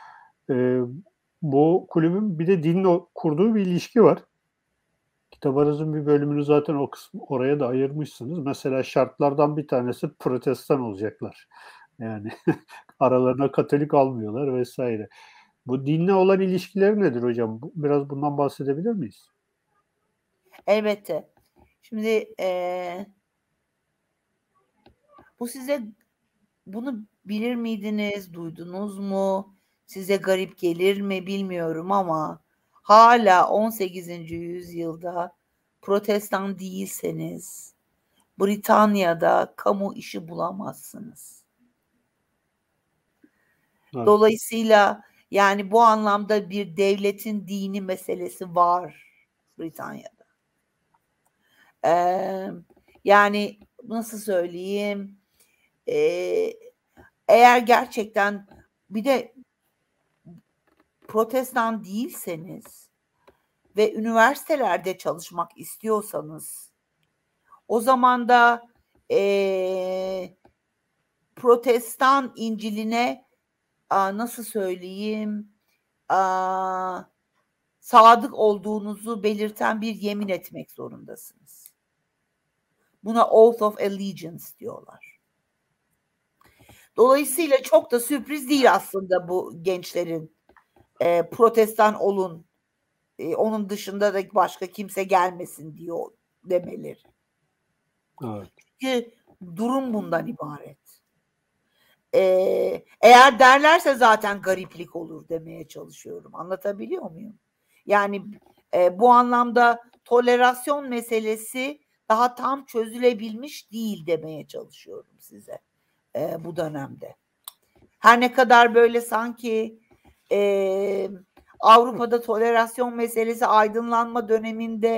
Bu kulübün bir de dinle kurduğu bir ilişki var. Kitabınızın bir bölümünü zaten oraya da ayırmışsınız. Mesela şartlardan bir tanesi Protestan olacaklar. Yani aralarına Katolik almıyorlar vesaire. Bu dinle olan ilişkileri nedir hocam? Biraz bundan bahsedebilir miyiz? Elbette. Şimdi bunu bilir miydiniz, duydunuz mu? Size garip gelir mi bilmiyorum ama hala 18. yüzyılda Protestan değilseniz Britanya'da kamu işi bulamazsınız. Evet. Dolayısıyla yani bu anlamda bir devletin dini meselesi var Britanya'da. Yani nasıl söyleyeyim? Eğer gerçekten bir de Protestan değilseniz ve üniversitelerde çalışmak istiyorsanız o zaman da Protestan İncil'ine nasıl söyleyeyim sadık olduğunuzu belirten bir yemin etmek zorundasınız. Buna Oath of Allegiance diyorlar. Dolayısıyla çok da sürpriz değil aslında bu gençlerin Protestan olun, onun dışında da başka kimse gelmesin diyor demeleri. Evet. Çünkü durum bundan ibaret. Eğer derlerse zaten gariplik olur demeye çalışıyorum. Anlatabiliyor muyum? Yani bu anlamda tolerasyon meselesi daha tam çözülebilmiş değil demeye çalışıyorum size bu dönemde. Her ne kadar böyle sanki Avrupa'da tolerasyon meselesi aydınlanma döneminde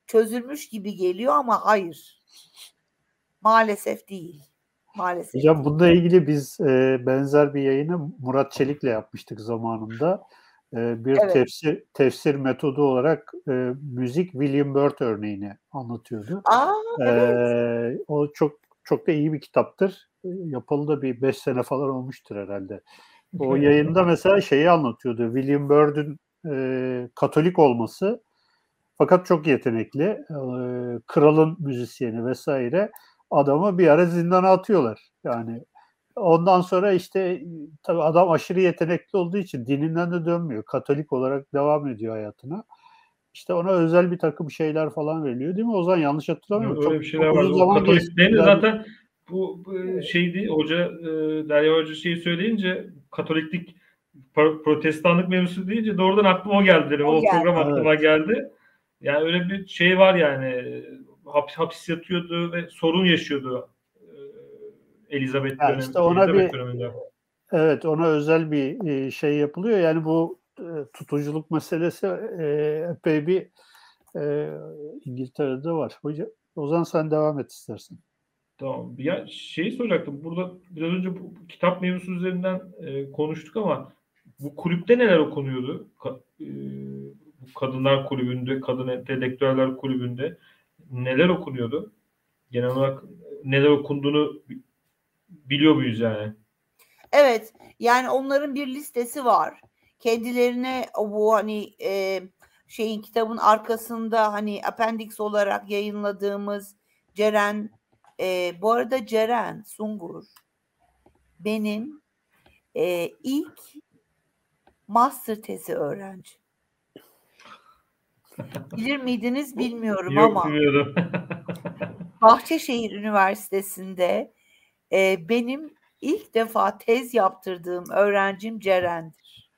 çözülmüş gibi geliyor ama hayır. Maalesef değil. Maalesef. Hocam bununla ilgili biz benzer bir yayını Murat Çelik'le yapmıştık zamanında. Bir Evet. tefsir metodu olarak müzik William Byrd örneğini anlatıyordu. Evet. O çok da iyi bir kitaptır. Yapalı da bir 5 sene falan olmuştur herhalde. O yayında mesela şeyi anlatıyordu. William Byrd'ün Katolik olması, fakat çok yetenekli. Kralın müzisyeni vesaire. Adamı bir ara zindana atıyorlar. Yani ondan sonra işte tabii adam aşırı yetenekli olduğu için dininden de dönmüyor. Katolik olarak devam ediyor hayatına. İşte ona özel bir takım şeyler falan veriliyor, değil mi Ozan? Yanlış hatırlamıyorum. Öyle Çok, bir şeyler çok var. uzun O zaman geçti. Katoliklerin de zaten bu şeydi, Derya Hoca şeyi söyleyince Katoliklik protestanlık mevzusu deyince doğrudan aklıma o geldi dedim. O geldi. program aklıma Evet. geldi. Yani öyle bir şey var yani, hapis yatıyordu ve sorun yaşıyordu Elizabeth Yani işte ona döneminde. evet, ona özel bir şey yapılıyor. Yani bu tutuculuk meselesi epey bir İngiltere'de var. Hocam, Ozan sen devam et istersen. Tamam. Ya şeyi soracaktım. Burada biraz önce bu kitap mevzusu üzerinden konuştuk ama bu kulüpte neler okunuyordu? Bu Kadınlar Kulübü'nde, Kadın Entelektüeller Kulübü'nde neler okunuyordu? Genel olarak neler okunduğunu biliyor muyuz yani? Evet. Yani onların bir listesi var. Kendilerine bu hani şeyin kitabın arkasında hani appendix olarak yayınladığımız Ceren, bu arada Ceren Sungur benim ilk master tezi öğrencim. Bilir miydiniz bilmiyorum Yok, ama bilmiyorum. Bahçeşehir Üniversitesi'nde benim ilk defa tez yaptırdığım öğrencim Ceren'dir.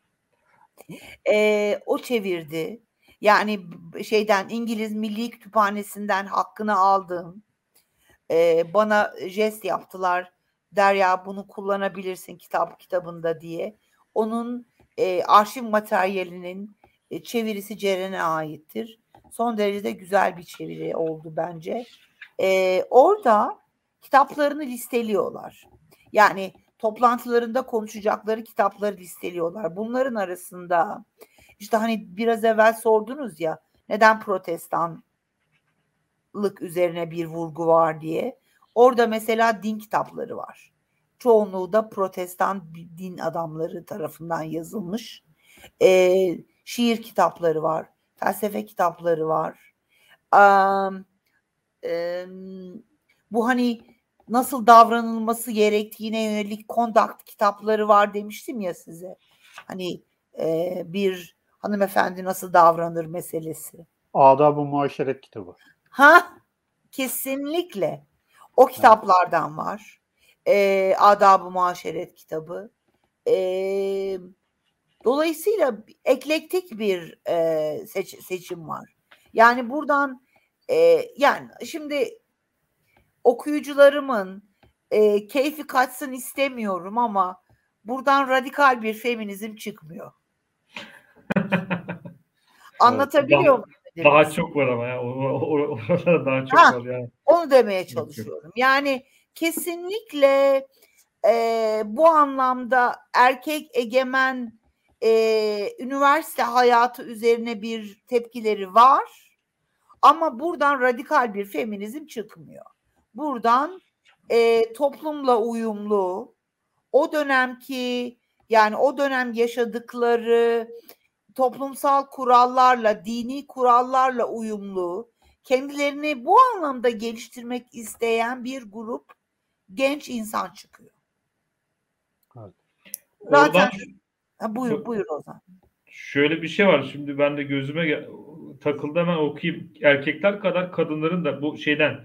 O çevirdi. Yani şeyden İngiliz Milli Kütüphanesi'nden hakkını aldım. Bana jest yaptılar. Derya bunu kullanabilirsin kitabında diye. Onun arşiv materyalinin çevirisi Ceren'e aittir. Son derece güzel bir çeviri oldu bence. Orada kitaplarını listeliyorlar. Yani toplantılarında konuşacakları kitapları listeliyorlar. Bunların arasında işte hani biraz evvel sordunuz ya neden protestanlık üzerine bir vurgu var diye. Orada mesela din kitapları var. Çoğunluğu da protestan din adamları tarafından yazılmış. Şiir kitapları var. Felsefe kitapları var. Bu hani nasıl davranılması gerektiğine yönelik conduct kitapları var demiştim ya size. Hani bir hanımefendi nasıl davranır meselesi. Adab-ı Muaşeret kitabı. Kesinlikle. O kitaplardan var. Adab-ı Muaşeret kitabı. Dolayısıyla eklektik bir seçim var. Yani buradan yani şimdi okuyucularımın keyfi kaçsın istemiyorum ama buradan radikal bir feminizm çıkmıyor. Anlatabiliyor muyum? Daha çok var ama ya. Oralarda daha çok var yani. Onu demeye çalışıyorum. Yani kesinlikle bu anlamda erkek egemen üniversite hayatı üzerine bir tepkileri var. Ama buradan radikal bir feminizm çıkmıyor. Buradan toplumla uyumlu, o dönemki yani o dönem yaşadıkları toplumsal kurallarla, dini kurallarla uyumlu, kendilerini bu anlamda geliştirmek isteyen bir grup genç insan çıkıyor. Evet. Zaten buyur Ozan. Şöyle bir şey var. Şimdi ben de gözüme takıldı, hemen okuyayım. Erkekler kadar kadınların da bu şeyden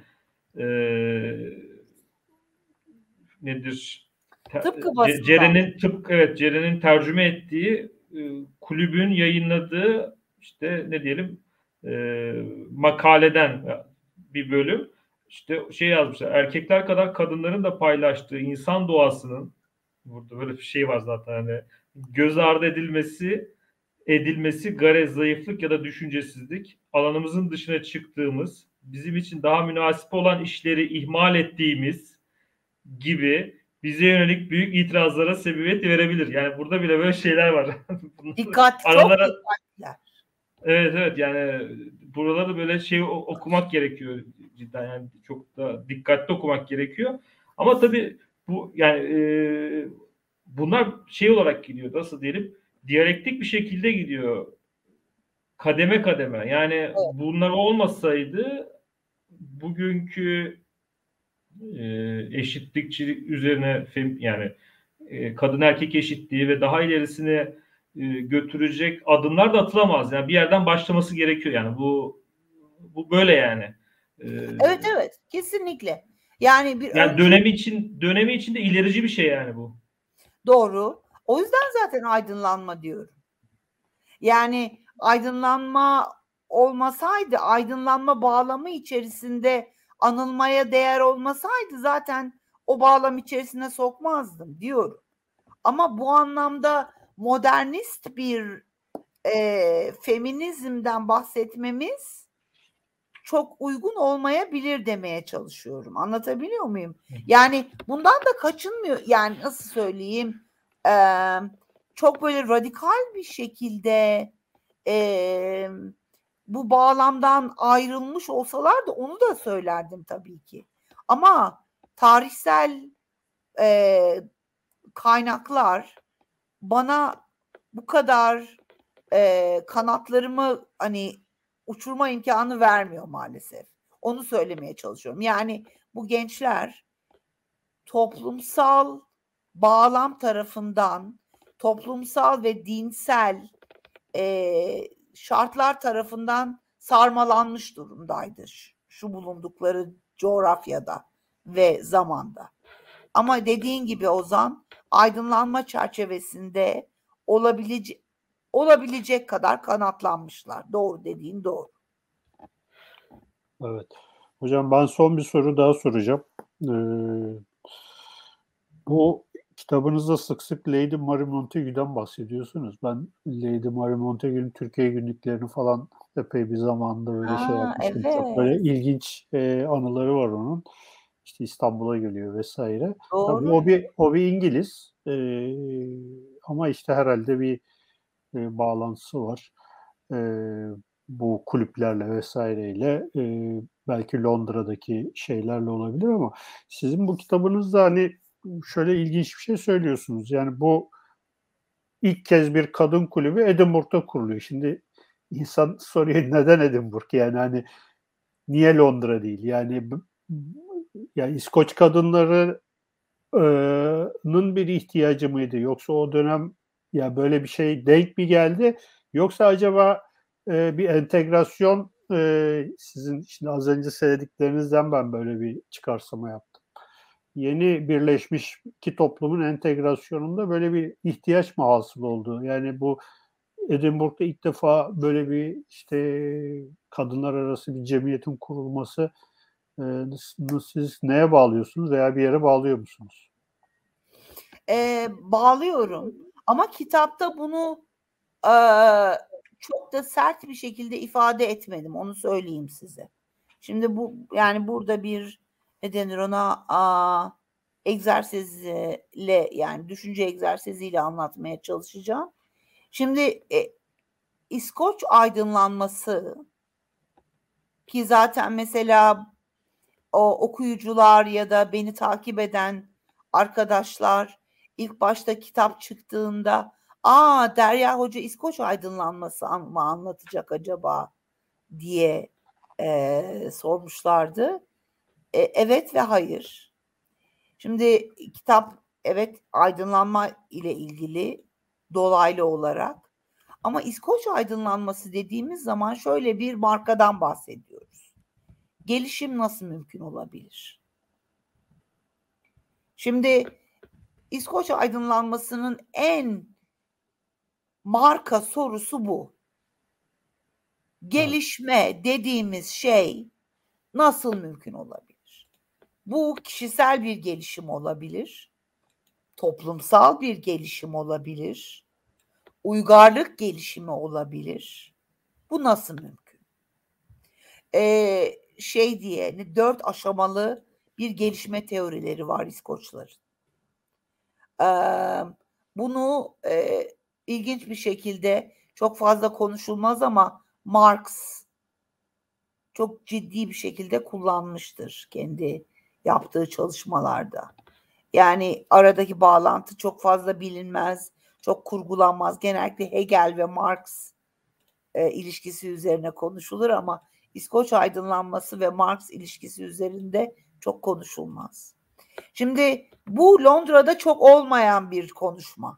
nedir? Tıpkı basından. Ceren'in tercüme ettiği kulübün yayınladığı işte ne diyelim makaleden bir bölüm. İşte şey yazmışlar. Erkekler kadar kadınların da paylaştığı insan doğasının, burada böyle bir şey var zaten, hani göz ardı edilmesi edilmesi garez, zayıflık ya da düşüncesizlik, alanımızın dışına çıktığımız, bizim için daha münasip olan işleri ihmal ettiğimiz gibi bize yönelik büyük itirazlara sebebiyet verebilir. Yani burada bile böyle şeyler var. Dikkatli, Aralara, çok dikkatliler. evet yani buraları böyle şey okumak gerekiyor cidden, yani çok da dikkatli okumak gerekiyor. Ama tabii bu yani bunlar şey olarak gidiyor, nasıl diyelim, diyalektik bir şekilde gidiyor. Kademe kademe. Yani Evet. bunlar olmasaydı bugünkü eşitlikçilik üzerine yani kadın erkek eşitliği ve daha ilerisine götürecek adımlar da atılamaz. Yani bir yerden başlaması gerekiyor. Yani bu böyle yani. Evet, kesinlikle. Yani bir Yani dönemi için de ilerici bir şey yani bu. Doğru. O yüzden zaten aydınlanma diyorum. Yani aydınlanma olmasaydı, aydınlanma bağlamı içerisinde anılmaya değer olmasaydı zaten o bağlam içerisine sokmazdım diyorum. Ama bu anlamda modernist bir feminizmden bahsetmemiz çok uygun olmayabilir demeye çalışıyorum. Anlatabiliyor muyum? Yani bundan da kaçınmıyor. Yani nasıl söyleyeyim? Çok böyle radikal bir şekilde bu bağlamdan ayrılmış olsalar da onu da söylerdim tabii ki. Ama tarihsel kaynaklar bana bu kadar kanatlarımı hani uçurma imkanı vermiyor maalesef. Onu söylemeye çalışıyorum. Yani bu gençler toplumsal bağlam tarafından, toplumsal ve dinsel şartlar tarafından sarmalanmış durumdaydı şu bulundukları coğrafyada ve zamanda. Ama dediğin gibi Ozan, aydınlanma çerçevesinde olabilecek kadar kanatlanmışlar. Doğru, dediğin doğru. Evet. Hocam ben son bir soru daha soracağım. Bu kitabınızda sık sık Lady Marie Montagu'dan bahsediyorsunuz. Ben Lady Marie Montagu'nun Türkiye günlüklerini falan epey bir zamanda böyle şey yapmıştım. Çok böyle Evet. ilginç anıları var onun. İşte İstanbul'a geliyor vesaire. Tabii Doğru. o bir İngiliz. Ama işte herhalde bir bağlantısı var. E, Bu kulüplerle vesaireyle belki Londra'daki şeylerle olabilir ama sizin bu kitabınızda hani şöyle ilginç bir şey söylüyorsunuz. Yani bu ilk kez bir kadın kulübü Edinburgh'da kuruluyor. Şimdi insan soruyor neden Edinburgh? Yani hani niye Londra değil? Yani İskoç kadınlarının bir ihtiyacı mıydı? Yoksa o dönem ya böyle bir şey denk mi geldi? Yoksa acaba bir entegrasyon sizin şimdi az önce söylediklerinizden ben böyle bir çıkarsama yaptım. Yeni birleşmiş iki toplumun entegrasyonunda böyle bir ihtiyaç mı hasıl oldu? Yani bu Edinburgh'da ilk defa böyle bir işte kadınlar arası bir cemiyetin kurulması siz neye bağlıyorsunuz veya bir yere bağlıyor musunuz? Bağlıyorum. Ama kitapta bunu çok da sert bir şekilde ifade etmedim. Onu söyleyeyim size. Şimdi bu yani burada bir ne denir ona egzersizle yani düşünce egzersiziyle anlatmaya çalışacağım. Şimdi İskoç aydınlanması ki zaten mesela o okuyucular ya da beni takip eden arkadaşlar ilk başta kitap çıktığında Derya Hoca İskoç aydınlanması mı anlatacak acaba diye sormuşlardı. Evet ve hayır. Şimdi kitap evet aydınlanma ile ilgili dolaylı olarak ama İskoç aydınlanması dediğimiz zaman şöyle bir markadan bahsediyoruz. Gelişim nasıl mümkün olabilir? Şimdi İskoç aydınlanmasının en marka sorusu bu. Gelişme dediğimiz şey nasıl mümkün olabilir? Bu kişisel bir gelişim olabilir, toplumsal bir gelişim olabilir, uygarlık gelişimi olabilir. Bu nasıl mümkün? Diye 4 aşamalı bir gelişme teorileri var İskoçların. Bunu ilginç bir şekilde çok fazla konuşulmaz ama Marx çok ciddi bir şekilde kullanmıştır kendi yaptığı çalışmalarda. Yani aradaki bağlantı çok fazla bilinmez, çok kurgulanmaz. Genellikle Hegel ve Marx ilişkisi üzerine konuşulur ama İskoç aydınlanması ve Marx ilişkisi üzerinde çok konuşulmaz. Şimdi bu Londra'da çok olmayan bir konuşma.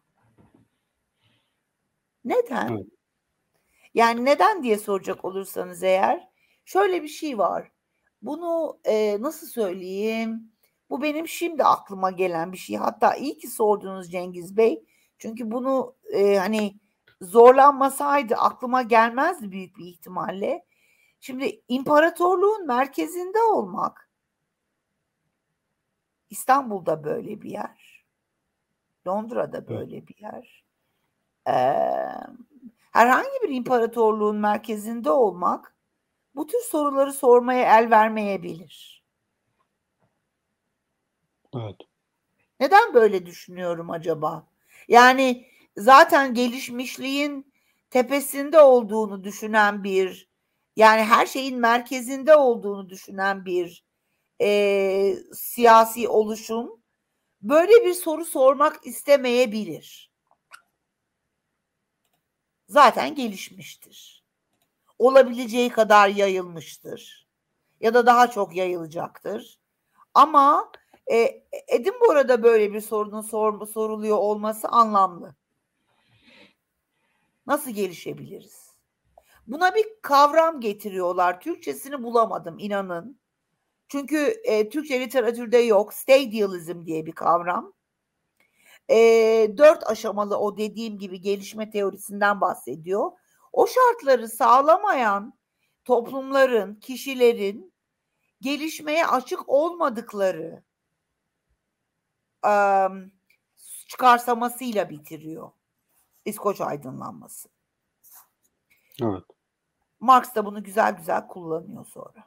Neden? Evet. Yani neden diye soracak olursanız eğer, şöyle bir şey var. Bunu nasıl söyleyeyim? Bu benim şimdi aklıma gelen bir şey. Hatta iyi ki sordunuz Cengiz Bey. Çünkü bunu hani zorlanmasaydı aklıma gelmezdi büyük bir ihtimalle. Şimdi imparatorluğun merkezinde olmak, İstanbul'da böyle bir yer, Londra'da böyle bir yer. Herhangi bir imparatorluğun merkezinde olmak bu tür soruları sormaya el vermeyebilir. Evet. Neden böyle düşünüyorum acaba? Yani zaten gelişmişliğin tepesinde olduğunu düşünen bir, yani her şeyin merkezinde olduğunu düşünen bir siyasi oluşum böyle bir soru sormak istemeyebilir. Zaten gelişmiştir. Olabileceği kadar yayılmıştır. Ya da daha çok yayılacaktır. Ama Edinburgh'da böyle bir sorunun soruluyor olması anlamlı. Nasıl gelişebiliriz? Buna bir kavram getiriyorlar. Türkçesini bulamadım, inanın. Çünkü Türkçe literatürde yok. Stadialism diye bir kavram. 4 aşamalı o dediğim gibi gelişme teorisinden bahsediyor. O şartları sağlamayan toplumların, kişilerin gelişmeye açık olmadıkları çıkarsamasıyla bitiriyor İskoç aydınlanması. Evet. Marx da bunu güzel güzel kullanıyor sonra.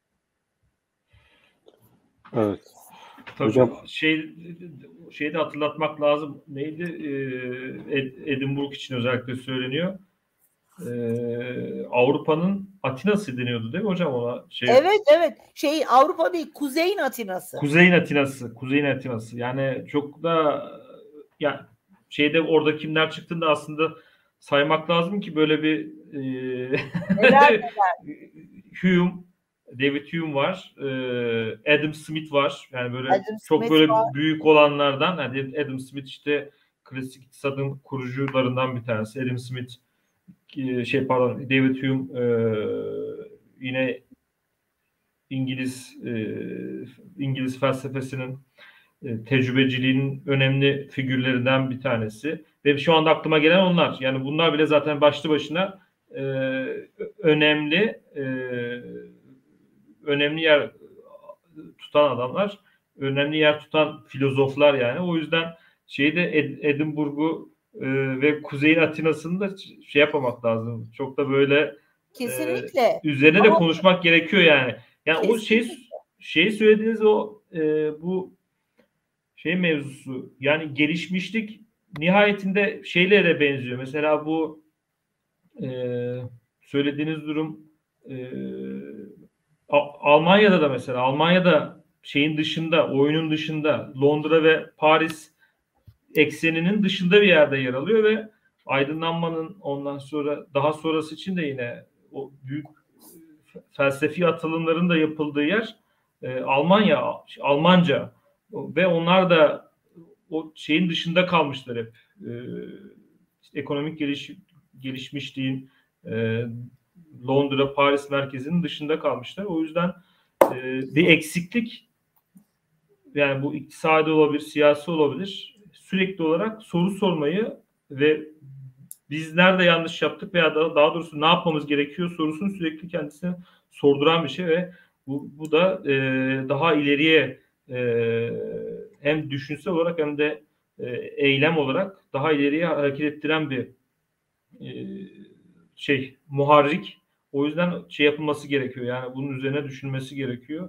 Evet. Tabii Hocam, şeyi de hatırlatmak lazım. Neydi? Edinburgh için özellikle söyleniyor. Avrupa'nın Atina'sı deniyordu değil mi hocam ona? Evet. Avrupa değil, Kuzey'in Atina'sı. Kuzey'in Atina'sı. Yani çok da yani orada kimler çıktığını da aslında saymak lazım ki böyle bir Neler Hume, David Hume var. Adam Smith var. Yani böyle Adam çok Smith böyle var. büyük olanlardan. Yani Adam Smith işte klasik iktisadın kurucularından bir tanesi. Adam Smith David Hume yine İngiliz felsefesinin tecrübeciliğinin önemli figürlerinden bir tanesi. Ve şu anda aklıma gelen onlar. Yani bunlar bile zaten başlı başına önemli yer tutan adamlar. Önemli yer tutan filozoflar yani. O yüzden Edinburgh'u ve Kuzey'in Atina'sını da yapmamak lazım. Çok da böyle Kesinlikle. üzerine de konuşmak gerekiyor yani. Yani o Kesinlikle. söylediğiniz o bu mevzusu, yani gelişmişlik nihayetinde şeylere benziyor. Mesela bu söylediğiniz durum Almanya'da da mesela oyunun dışında Londra ve Paris ekseninin dışında bir yerde yer alıyor ve aydınlanmanın ondan sonra daha sonrası için de yine o büyük felsefi atılımların da yapıldığı yer Almanca ve onlar da o şeyin dışında kalmışlar hep. Ekonomik gelişmişliğin Londra, Paris merkezinin dışında kalmışlar. O yüzden bir eksiklik, yani bu iktisadi olabilir, siyasi olabilir. Sürekli olarak soru sormayı ve biz nerede yanlış yaptık veya daha doğrusu ne yapmamız gerekiyor sorusunu sürekli kendisine sorduran bir şey ve bu da daha ileriye hem düşünsel olarak hem de eylem olarak daha ileriye hareket ettiren bir muharrik. O yüzden yapılması gerekiyor. Yani bunun üzerine düşünmesi gerekiyor.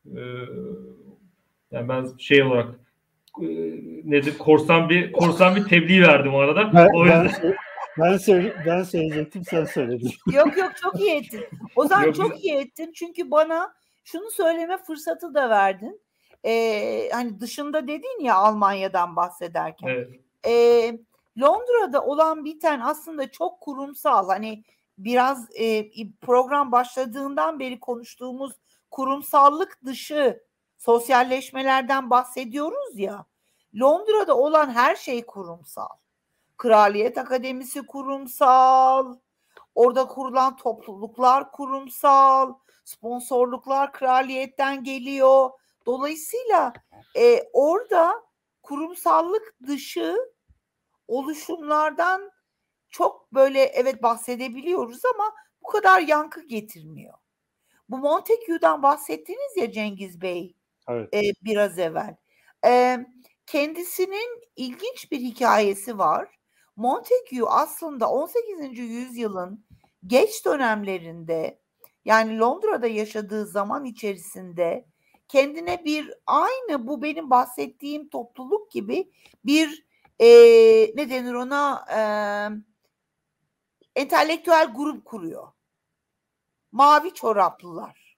Yani ben olarak nedir? Korsan bir tebliğ verdim o arada. O yüzden ben söyleyecektim, sen söyledin. Yok çok iyi ettin. Ozan çok iyi ettin. Çünkü bana şunu söyleme fırsatı da verdin. Hani dışında dedin ya Almanya'dan bahsederken. Evet. Londra'da olan biten aslında çok kurumsal. Hani biraz program başladığından beri konuştuğumuz kurumsallık dışı sosyalleşmelerden bahsediyoruz ya. Londra'da olan her şey kurumsal. Kraliyet Akademisi kurumsal, orada kurulan topluluklar kurumsal, sponsorluklar kraliyetten geliyor. Dolayısıyla orada kurumsallık dışı oluşumlardan çok böyle evet bahsedebiliyoruz ama bu kadar yankı getirmiyor. Bu Montague'dan bahsettiniz ya Cengiz Bey, evet. Biraz evvel. Kendisinin ilginç bir hikayesi var. Montague aslında 18. yüzyılın geç dönemlerinde, yani Londra'da yaşadığı zaman içerisinde kendine aynı bu benim bahsettiğim topluluk gibi bir ne denir ona, entelektüel grup kuruyor. Mavi çoraplılar.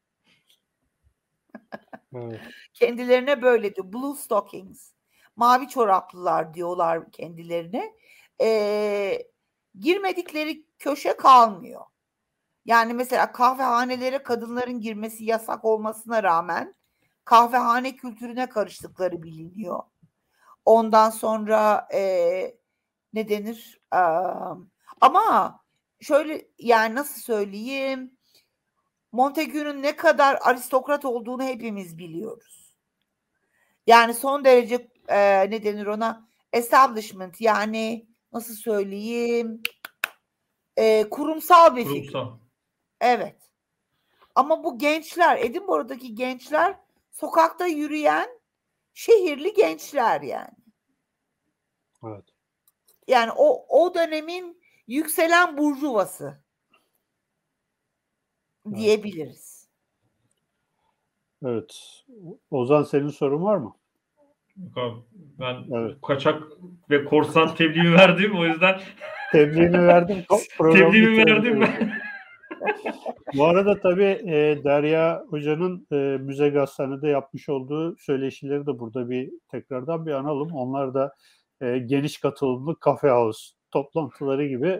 Evet. Kendilerine böyle diyor. Blue Stockings. Mavi çoraplılar diyorlar kendilerine. Girmedikleri köşe kalmıyor. Yani mesela kahvehanelere kadınların girmesi yasak olmasına rağmen kahvehane kültürüne karıştıkları biliniyor. Ondan sonra ne denir? Ama şöyle, yani nasıl söyleyeyim? Montague'nun ne kadar aristokrat olduğunu hepimiz biliyoruz. Yani son derece ne denir ona? Establishment, yani nasıl söyleyeyim? Kurumsal bir figür. Evet. Ama bu gençler, Edinburgh'daki gençler sokakta yürüyen şehirli gençler yani. Evet. Yani o dönemin yükselen burjuvası diyebiliriz. Evet. Ozan, senin sorun var mı? Abi, ben kaçak ve korsan tebliğimi verdim, o yüzden tebliğimi verdim. Tebliğimi verdim ben. Bu arada tabii Derya Hoca'nın Müze Gazhane'de yapmış olduğu söyleşileri de burada tekrardan bir analım. Onlar da geniş katılımlı cafe house toplantıları gibi,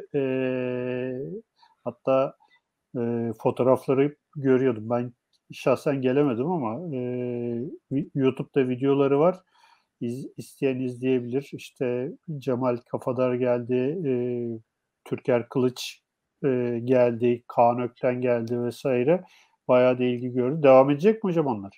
hatta fotoğrafları görüyordum. Ben şahsen gelemedim ama YouTube'da videoları var. İsteyen izleyebilir. İşte Cemal Kafadar geldi, Türker Kılıç geldi, Kaan Ökten geldi vesaire. Bayağı da ilgi gördü. Devam edecek mi hocam onlar?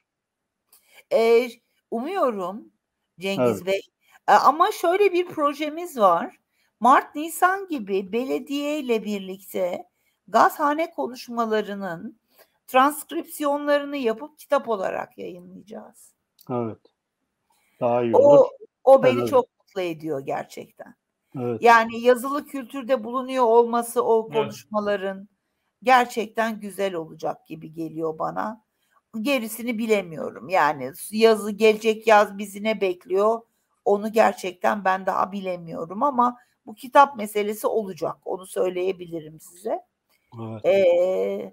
Umuyorum Cengiz Bey. Ama şöyle bir projemiz var. Mart-Nisan gibi belediye ile birlikte gazhane konuşmalarının transkripsiyonlarını yapıp kitap olarak yayınlayacağız. Evet. Daha iyi olur. O beni çok mutlu ediyor gerçekten. Evet. Yani yazılı kültürde bulunuyor olması o konuşmaların gerçekten güzel olacak gibi geliyor bana. Gerisini bilemiyorum. Yani gelecek yaz bizi ne bekliyor? Onu gerçekten ben daha bilemiyorum ama bu kitap meselesi olacak. Onu söyleyebilirim size. Evet.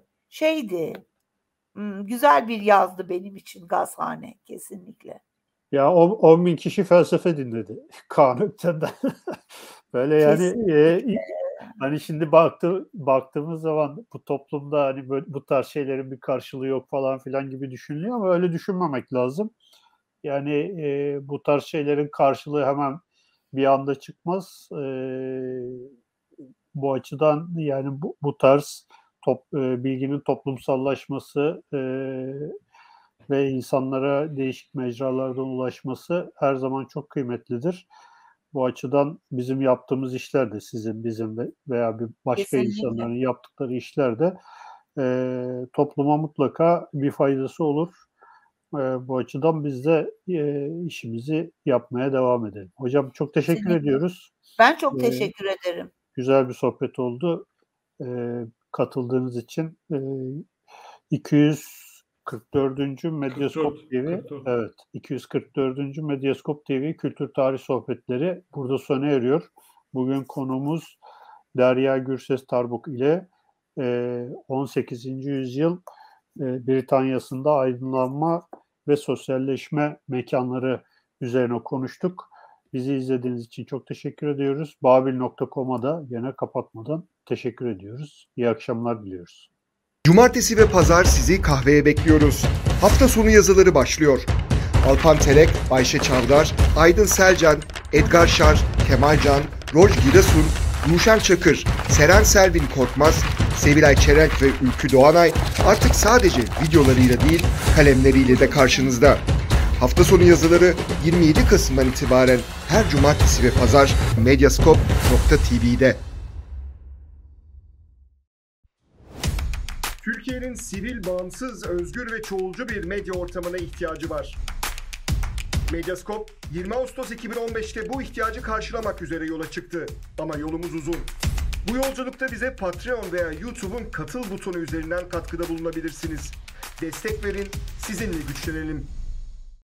Güzel bir yazdı benim için Gazhane, kesinlikle. Ya 10.000 kişi felsefe dinledi Kaan Ökten'den. Böyle yani hani şimdi baktığımız zaman bu toplumda hani böyle bu tarz şeylerin bir karşılığı yok falan filan gibi düşünülüyor ama öyle düşünmemek lazım. Yani bu tarz şeylerin karşılığı hemen bir anda çıkmaz. Bu açıdan yani bu tarz bilginin toplumsallaşması ve insanlara değişik mecralardan ulaşması her zaman çok kıymetlidir. Bu açıdan bizim yaptığımız işler de bizim veya bir başka insanların yaptıkları işler de topluma mutlaka bir faydası olur. Bu açıdan biz de işimizi yapmaya devam edelim. Hocam çok teşekkür ediyoruz. Ben çok teşekkür ederim. güzel bir sohbet oldu. Katıldığınız için 244. Medyaskop TV 44. evet 244. Medyaskop TV Kültür Tarih Sohbetleri burada sona eriyor. Bugün konuğumuz Derya Gürses Tarbuk ile 18. yüzyıl Britanya'sında aydınlanma ve sosyalleşme mekanları üzerine konuştuk. Bizi izlediğiniz için çok teşekkür ediyoruz. Babil.com'a da yine kapatmadan teşekkür ediyoruz. İyi akşamlar diliyoruz. Cumartesi ve pazar sizi kahveye bekliyoruz. Hafta sonu yazıları başlıyor. Alpan Telek, Ayşe Çavdar, Aydın Selcan, Edgar Şar, Kemal Can, Roj Giresun, Ruşen Çakır, Seren Selvin Korkmaz, Sevilay Çerenk ve Ülkü Doğanay artık sadece videolarıyla değil, kalemleriyle de karşınızda. Hafta sonu yazıları 27 Kasım'dan itibaren her cumartesi ve pazar Medyascope.tv'de. Türkiye'nin sivil, bağımsız, özgür ve çoğulcu bir medya ortamına ihtiyacı var. Medyascope 20 Ağustos 2015'te bu ihtiyacı karşılamak üzere yola çıktı. Ama yolumuz uzun. Bu yolculukta bize Patreon veya YouTube'un katıl butonu üzerinden katkıda bulunabilirsiniz. Destek verin, sizinle güçlenelim.